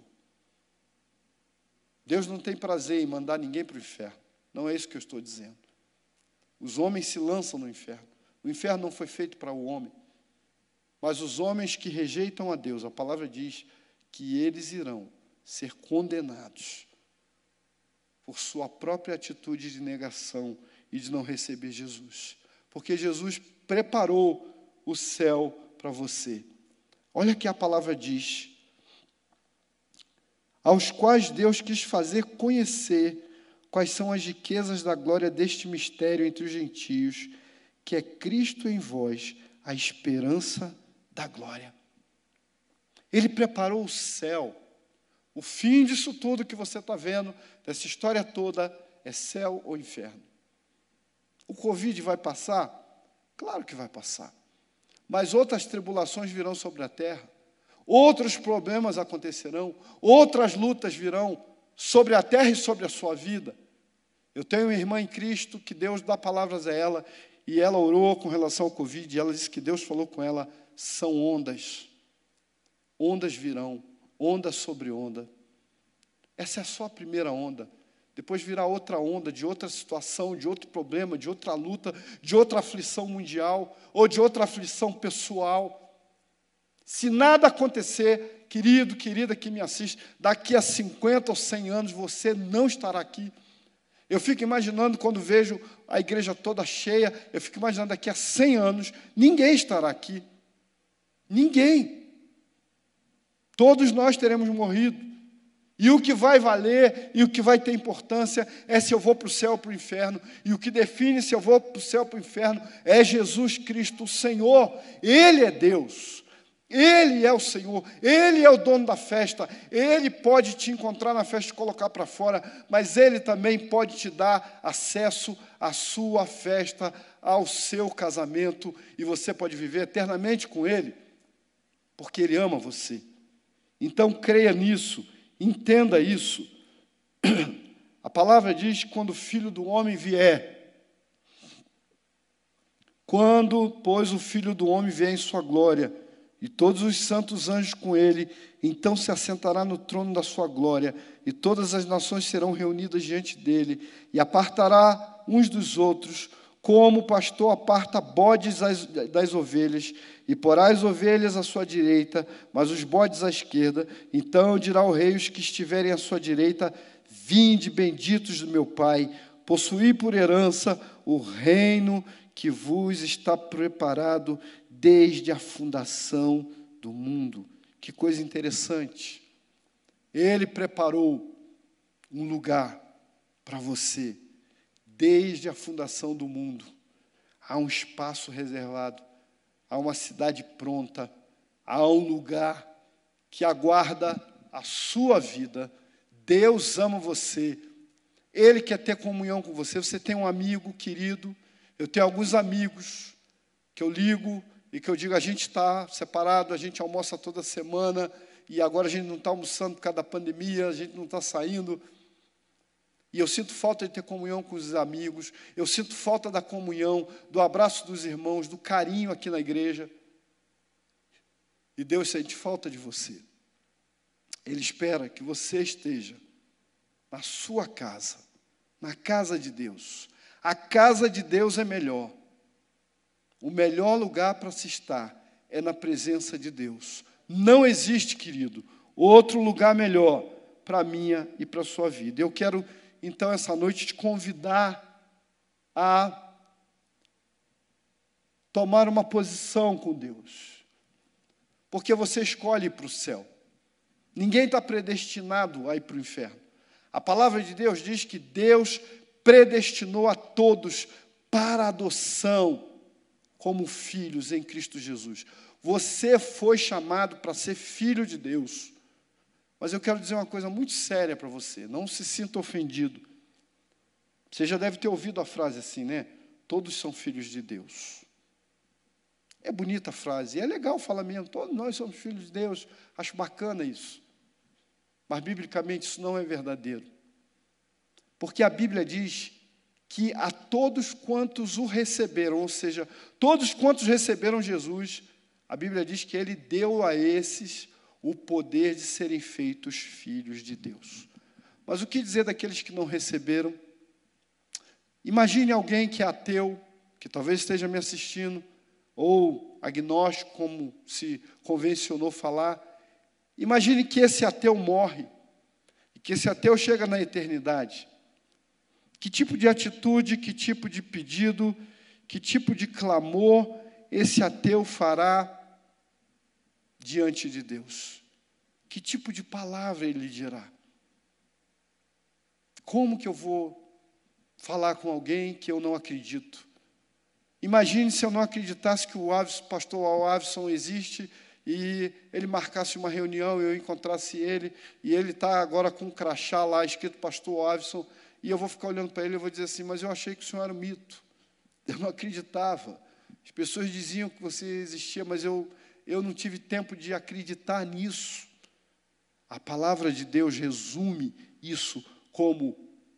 Deus não tem prazer em mandar ninguém para o inferno. Não é isso que eu estou dizendo. Os homens se lançam no inferno. O inferno não foi feito para o homem. Mas os homens que rejeitam a Deus, a palavra diz que eles irão ser condenados por sua própria atitude de negação e de não receber Jesus. Porque Jesus preparou o céu para você. Olha que a palavra diz: aos quais Deus quis fazer conhecer quais são as riquezas da glória deste mistério entre os gentios, que é Cristo em vós, a esperança da glória. Ele preparou o céu. O fim disso tudo que você está vendo, dessa história toda, é céu ou inferno. O Covid vai passar? Claro que vai passar. Mas outras tribulações virão sobre a terra. Outros problemas acontecerão. Outras lutas virão sobre a terra e sobre a sua vida. Eu tenho uma irmã em Cristo que Deus dá palavras a ela, e ela orou com relação ao Covid, e ela disse que Deus falou com ela, são ondas. Ondas virão, onda sobre onda. Essa é só a primeira onda. Depois virá outra onda de outra situação, de outro problema, de outra luta, de outra aflição mundial, ou de outra aflição pessoal. Se nada acontecer, querido, querida que me assiste, daqui a cinquenta ou cem anos você não estará aqui. Eu fico imaginando, quando vejo a igreja toda cheia, eu fico imaginando daqui a cem anos, ninguém estará aqui. Ninguém. Todos nós teremos morrido. E o que vai valer e o que vai ter importância é se eu vou para o céu ou para o inferno. E o que define se eu vou para o céu ou para o inferno é Jesus Cristo, o Senhor. Ele é Deus. Ele é o Senhor. Ele é o dono da festa. Ele pode te encontrar na festa e te colocar para fora, mas Ele também pode te dar acesso à sua festa, ao seu casamento, e você pode viver eternamente com Ele, porque Ele ama você. Então, creia nisso. Entenda isso. A palavra diz que quando o Filho do Homem vier, quando, pois, o Filho do Homem vier em sua glória, e todos os santos anjos com ele, então se assentará no trono da sua glória, e todas as nações serão reunidas diante dele, e apartará uns dos outros, como o pastor aparta bodes das, das ovelhas, e porá as ovelhas à sua direita, mas os bodes à esquerda. Então dirá ao rei os que estiverem à sua direita: vinde, benditos do meu Pai, possuí por herança o reino que vos está preparado desde a fundação do mundo. Que coisa interessante. Ele preparou um lugar para você, desde a fundação do mundo. Há um espaço reservado, há uma cidade pronta, há um lugar que aguarda a sua vida. Deus ama você, Ele quer ter comunhão com você. Você tem um amigo querido, eu tenho alguns amigos que eu ligo e que eu digo, a gente está separado, a gente almoça toda semana, e agora a gente não está almoçando por causa da pandemia, a gente não está saindo. E eu sinto falta de ter comunhão com os amigos, eu sinto falta da comunhão, do abraço dos irmãos, do carinho aqui na igreja. E Deus sente falta de você. Ele espera que você esteja na sua casa, na casa de Deus. A casa de Deus é melhor. O melhor lugar para se estar é na presença de Deus. Não existe, querido, outro lugar melhor para a minha e para a sua vida. Eu quero, então, essa noite te convidar a tomar uma posição com Deus. Porque você escolhe ir para o céu. Ninguém está predestinado a ir para o inferno. A palavra de Deus diz que Deus predestinou a todos para a adoção como filhos em Cristo Jesus. Você foi chamado para ser filho de Deus. Mas eu quero dizer uma coisa muito séria para você. Não se sinta ofendido. Você já deve ter ouvido a frase assim, né? Todos são filhos de Deus. É bonita a frase. É legal falar mesmo. Todos nós somos filhos de Deus. Acho bacana isso. Mas, biblicamente, isso não é verdadeiro. Porque a Bíblia diz que a todos quantos o receberam, ou seja, todos quantos receberam Jesus, a Bíblia diz que Ele deu a esses o poder de serem feitos filhos de Deus. Mas o que dizer daqueles que não receberam? Imagine alguém que é ateu, que talvez esteja me assistindo, ou agnóstico, como se convencionou falar. Imagine que esse ateu morre, e que esse ateu chega na eternidade. Que tipo de atitude, que tipo de pedido, que tipo de clamor esse ateu fará diante de Deus? Que tipo de palavra ele lhe dirá? Como que eu vou falar com alguém que eu não acredito? Imagine se eu não acreditasse que o Avison, pastor Avison existe, e ele marcasse uma reunião, eu encontrasse ele, e ele está agora com um crachá lá, escrito pastor Avison, e eu vou ficar olhando para ele e vou dizer assim, mas eu achei que o senhor era um mito. Eu não acreditava. As pessoas diziam que você existia, mas eu, eu não tive tempo de acreditar nisso. A palavra de Deus resume isso como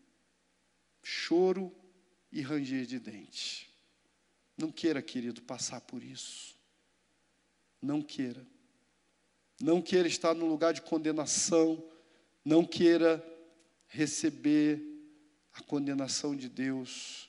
choro e ranger de dente. Não queira, querido, passar por isso. Não queira. Não queira estar num lugar de condenação. Não queira receber a condenação de Deus.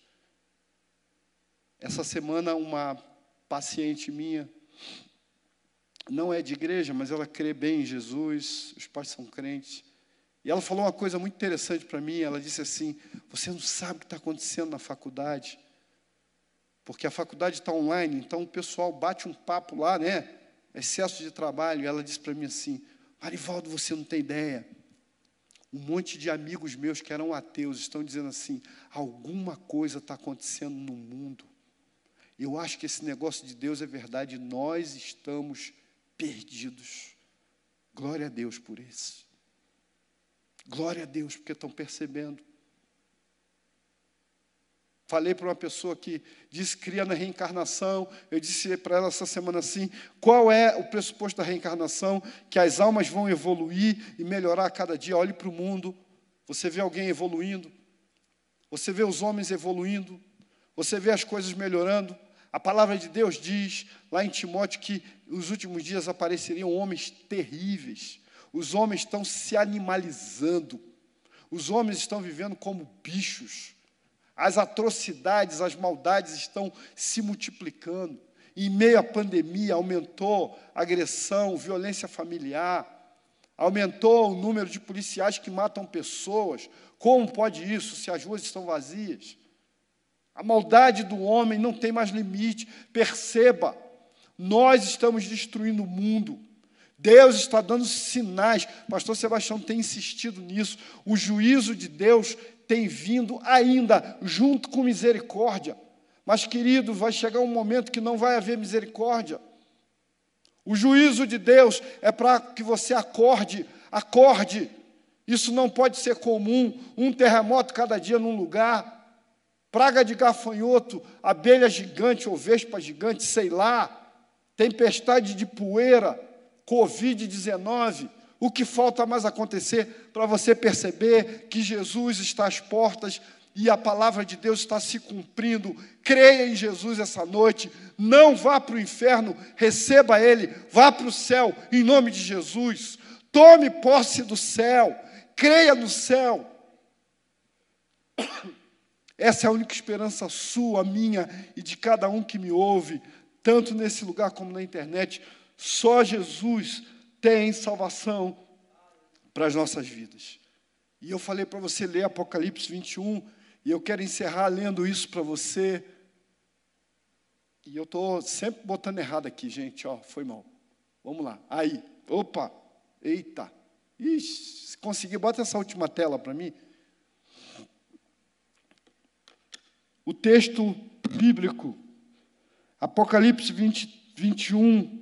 Essa semana, uma paciente minha, não é de igreja, mas ela crê bem em Jesus, os pais são crentes, e ela falou uma coisa muito interessante para mim. Ela disse assim, você não sabe o que está acontecendo na faculdade, porque a faculdade está online, então o pessoal bate um papo lá, né? Excesso de trabalho. E ela disse para mim assim, Marivaldo, você não tem ideia. Um monte de amigos meus que eram ateus estão dizendo assim, alguma coisa está acontecendo no mundo. Eu acho que esse negócio de Deus é verdade, nós estamos perdidos. Glória a Deus por isso. Glória a Deus, porque estão percebendo. Falei para uma pessoa que disse que cria na reencarnação. Eu disse para ela essa semana assim, qual é o pressuposto da reencarnação? Que as almas vão evoluir e melhorar a cada dia. Olhe para o mundo, você vê alguém evoluindo, você vê os homens evoluindo, você vê as coisas melhorando. A palavra de Deus diz, lá em Timóteo, que nos últimos dias apareceriam homens terríveis. Os homens estão se animalizando. Os homens estão vivendo como bichos. As atrocidades, as maldades estão se multiplicando. Em meio à pandemia, aumentou a agressão, violência familiar, aumentou o número de policiais que matam pessoas, Como pode isso se as ruas estão vazias? A maldade do homem não tem mais limite. Perceba, nós estamos destruindo o mundo. Deus está dando sinais. Pastor Sebastião tem insistido nisso. O juízo de Deus tem vindo ainda, junto com misericórdia. Mas, querido, vai chegar um momento que não vai haver misericórdia. O juízo de Deus é para que você acorde, acorde. Isso não pode ser comum. Um terremoto cada dia num lugar, praga de gafanhoto, abelha gigante ou vespa gigante, sei lá, tempestade de poeira, covid dezenove. O que falta mais acontecer para você perceber que Jesus está às portas e a palavra de Deus está se cumprindo? Creia em Jesus essa noite, não vá para o inferno, receba Ele, vá para o céu, em nome de Jesus. Tome posse do céu, creia no céu. Essa é a única esperança sua, minha e de cada um que me ouve, tanto nesse lugar como na internet. Só Jesus tem salvação para as nossas vidas. E eu falei para você ler Apocalipse vinte e um, e eu quero encerrar lendo isso para você. E eu estou sempre botando errado aqui, gente, ó, foi mal. Vamos lá, aí, opa, eita. Ixi, se conseguir, bota essa última tela para mim. O texto bíblico, Apocalipse vinte, vinte e um,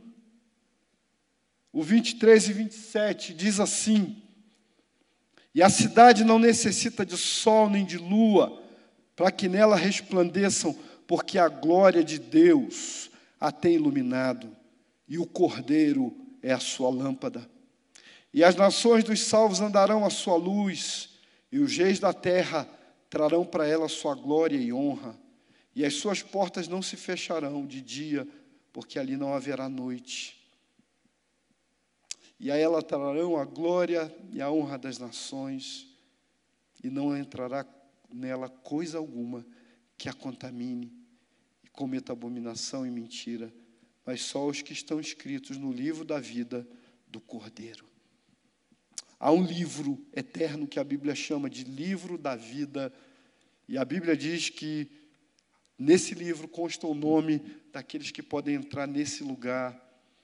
o vinte e três e vinte e sete, diz assim: e a cidade não necessita de sol nem de lua, para que nela resplandeçam, porque a glória de Deus a tem iluminado, e o Cordeiro é a sua lâmpada. E as nações dos salvos andarão à sua luz, e os reis da terra trarão para ela sua glória e honra, e as suas portas não se fecharão de dia, porque ali não haverá noite. E a ela trarão a glória e a honra das nações, e não entrará nela coisa alguma que a contamine e cometa abominação e mentira, mas só os que estão escritos no livro da vida do Cordeiro. Há um livro eterno que a Bíblia chama de livro da vida, e a Bíblia diz que nesse livro consta o nome daqueles que podem entrar nesse lugar,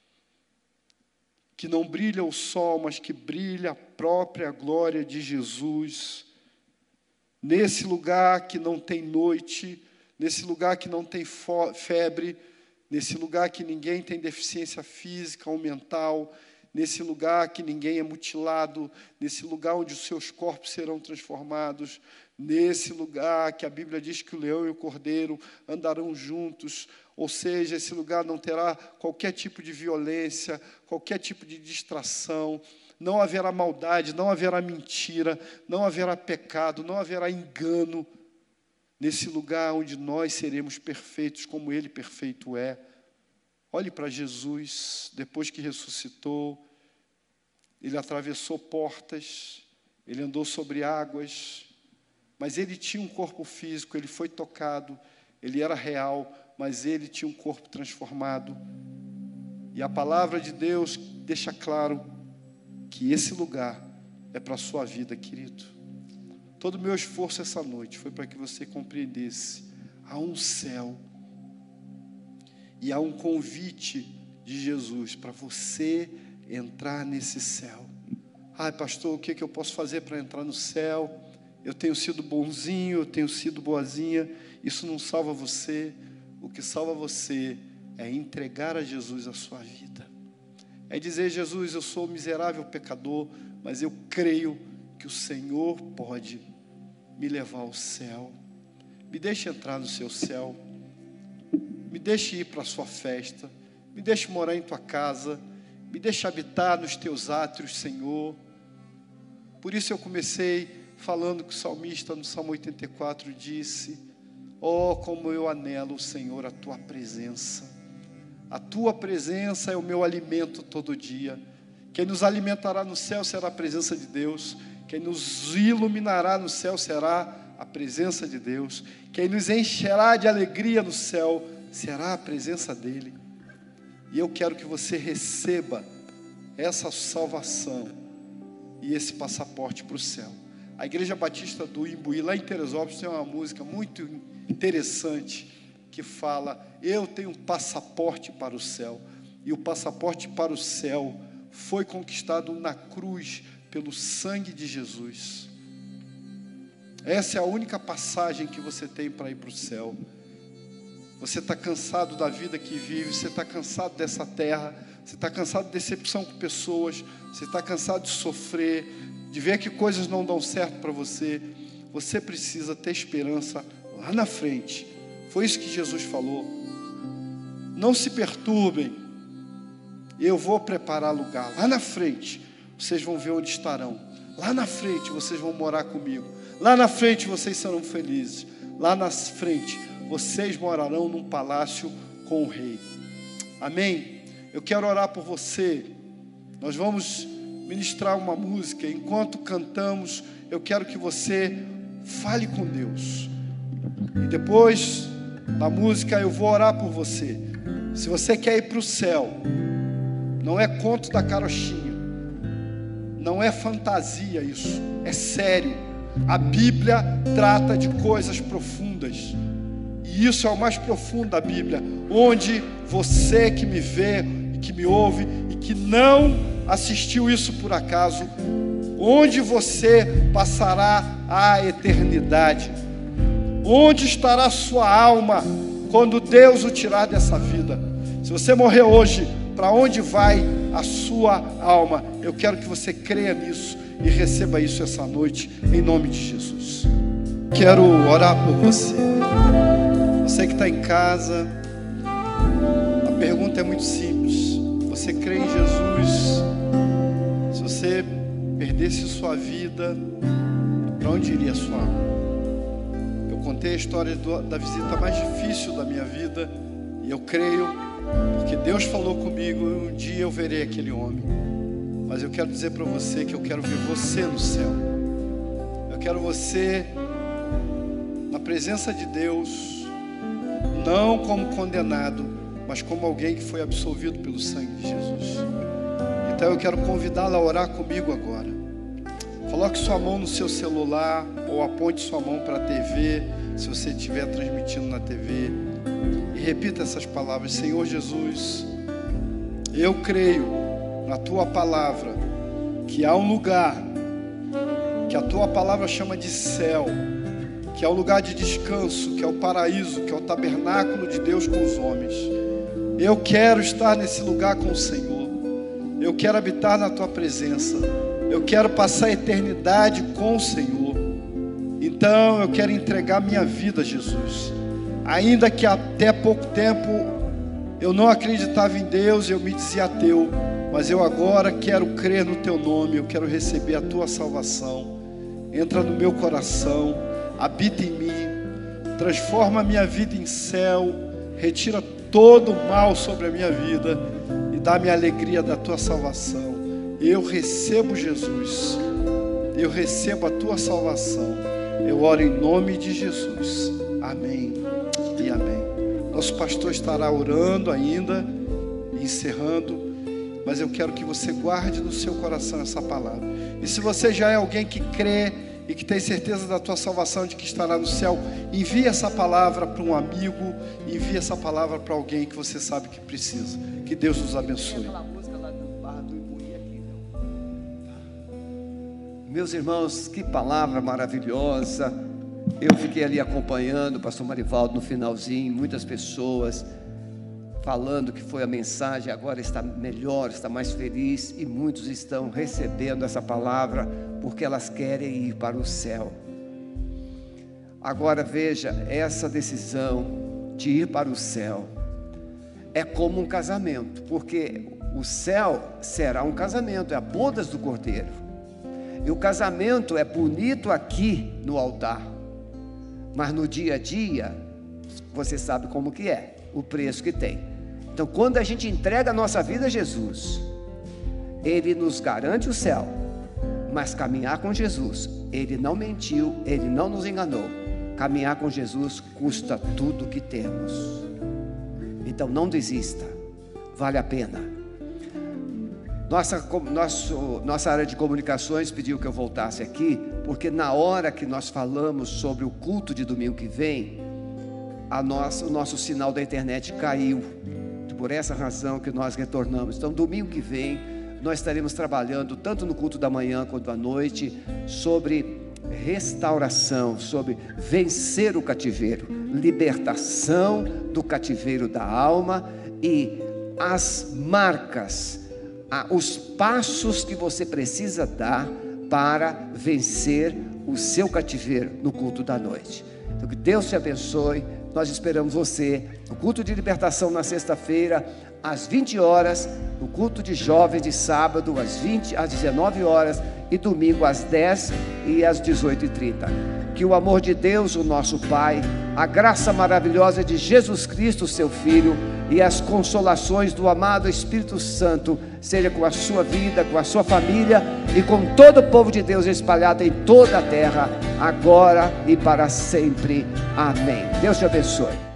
que não brilha o sol, mas que brilha a própria glória de Jesus. Nesse lugar que não tem noite, nesse lugar que não tem febre, nesse lugar que ninguém tem deficiência física ou mental, nesse lugar que ninguém é mutilado, nesse lugar onde os seus corpos serão transformados, nesse lugar que a Bíblia diz que o leão e o cordeiro andarão juntos, ou seja, esse lugar não terá qualquer tipo de violência, qualquer tipo de distração, não haverá maldade, não haverá mentira, não haverá pecado, não haverá engano, nesse lugar onde nós seremos perfeitos como Ele perfeito é. Olhe para Jesus, depois que ressuscitou, Ele atravessou portas, Ele andou sobre águas, mas Ele tinha um corpo físico, Ele foi tocado, Ele era real, mas Ele tinha um corpo transformado. E a palavra de Deus deixa claro que esse lugar é para a sua vida, querido. Todo o meu esforço essa noite foi para que você compreendesse: há um céu e há um convite de Jesus para você entrar nesse céu. Ai, pastor, o que, é que eu posso fazer para entrar no céu? Eu tenho sido bonzinho, eu tenho sido boazinha. Isso não salva você. O que salva você é entregar a Jesus a sua vida. É dizer: Jesus, eu sou miserável pecador, mas eu creio que o Senhor pode me levar ao céu. Me deixe entrar no seu céu. Me deixe ir para a sua festa. Me deixe morar em tua casa. Me deixe habitar nos teus átrios, Senhor. Por isso eu comecei falando que o salmista no Salmo oitenta e quatro disse: oh, como eu anelo, Senhor, a tua presença. A tua presença é o meu alimento todo dia. Quem nos alimentará no céu será a presença de Deus. Quem nos iluminará no céu será a presença de Deus. Quem nos encherá de alegria no céu será a presença dEle. E eu quero que você receba essa salvação e esse passaporte para o céu. A Igreja Batista do Imbuí, lá em Teresópolis, tem uma música muito interessante que fala: eu tenho um passaporte para o céu. E o passaporte para o céu foi conquistado na cruz pelo sangue de Jesus. Essa é a única passagem que você tem para ir para o céu. Você está cansado da vida que vive, você está cansado dessa terra, você está cansado de decepção com pessoas, você está cansado de sofrer, de ver que coisas não dão certo para você. Você precisa ter esperança lá na frente. Foi isso que Jesus falou. Não se perturbem, eu vou preparar lugar. Lá na frente, vocês vão ver onde estarão. Lá na frente, vocês vão morar comigo. Lá na frente, vocês serão felizes. Lá na frente, vocês morarão num palácio com o rei. Amém? Eu quero orar por você. Nós vamos ministrar uma música. Enquanto cantamos, eu quero que você fale com Deus. E depois da música eu vou orar por você. Se você quer ir para o céu, não é conto da carochinha, não é fantasia isso, é sério. A Bíblia trata de coisas profundas, e isso é o mais profundo da Bíblia, onde você que me vê e que me ouve e que não assistiu isso por acaso, onde você passará a eternidade, onde estará a sua alma quando Deus o tirar dessa vida. Se você morrer hoje, para onde vai a sua alma? Eu quero que você creia nisso e receba isso essa noite, em nome de Jesus. Quero orar por você. Você que está em casa, a pergunta é muito simples. Você crê em Jesus? Se você perdesse sua vida, para onde iria a sua alma? Eu contei a história do, da visita mais difícil da minha vida, e eu creio, porque Deus falou comigo, um dia eu verei aquele homem. Mas eu quero dizer para você que eu quero ver você no céu. Eu quero você na presença de Deus, não como condenado, mas como alguém que foi absolvido pelo sangue de Jesus. Então eu quero convidá-la a orar comigo agora. Coloque sua mão no seu celular, ou aponte sua mão para a T V, se você estiver transmitindo na T V, e repita essas palavras: Senhor Jesus, eu creio na Tua palavra, que há um lugar, que a Tua palavra chama de céu, que é o lugar de descanso, que é o paraíso, que é o tabernáculo de Deus com os homens. Eu quero estar nesse lugar com o Senhor, eu quero habitar na Tua presença, eu quero passar a eternidade com o Senhor. Então eu quero entregar minha vida a Jesus. Ainda que até pouco tempo eu não acreditava em Deus, eu me dizia ateu, mas eu agora quero crer no Teu nome, eu quero receber a Tua salvação. Entra no meu coração, habita em mim, transforma a minha vida em céu, retira todo o mal sobre a minha vida e dá-me a alegria da Tua salvação. Eu recebo Jesus, eu recebo a Tua salvação. Eu oro em nome de Jesus. Amém e amém. Nosso pastor estará orando ainda, encerrando, mas eu quero que você guarde no seu coração essa palavra. E se você já é alguém que crê e que tem certeza da tua salvação, de que estará no céu, envie essa palavra para um amigo, envie essa palavra para alguém que você sabe que precisa. Que Deus nos abençoe. Meus irmãos, que palavra maravilhosa. Eu fiquei ali acompanhando o pastor Marivaldo no finalzinho, muitas pessoas falando que foi a mensagem, agora está melhor, está mais feliz, e muitos estão recebendo essa palavra porque elas querem ir para o céu. Agora veja, essa decisão de ir para o céu é como um casamento, porque o céu será um casamento, é a bodas do Cordeiro. E o casamento é bonito aqui no altar, mas no dia a dia, você sabe como que é, o preço que tem. Então, quando a gente entrega a nossa vida a Jesus, Ele nos garante o céu, mas caminhar com Jesus, Ele não mentiu, Ele não nos enganou. Caminhar com Jesus custa tudo que temos. Então, não desista, vale a pena. Nossa, nosso, nossa área de comunicações pediu que eu voltasse aqui porque na hora que nós falamos sobre o culto de domingo que vem, a nossa, o nosso sinal da internet caiu, por essa razão que nós retornamos. Então domingo que vem nós estaremos trabalhando tanto no culto da manhã quanto à noite sobre restauração, sobre vencer o cativeiro, libertação do cativeiro da alma e as marcas, os passos que você precisa dar para vencer o seu cativeiro no culto da noite. Então que Deus te abençoe. Nós esperamos você no culto de libertação na sexta-feira às vinte horas, no culto de jovens de sábado às vinte, às dezenove horas e domingo às dez e às dezoito e trinta. Que o amor de Deus, o nosso Pai, a graça maravilhosa de Jesus Cristo, seu Filho, e as consolações do amado Espírito Santo seja com a sua vida, com a sua família e com todo o povo de Deus espalhado em toda a terra, agora e para sempre. Amém. Deus te abençoe.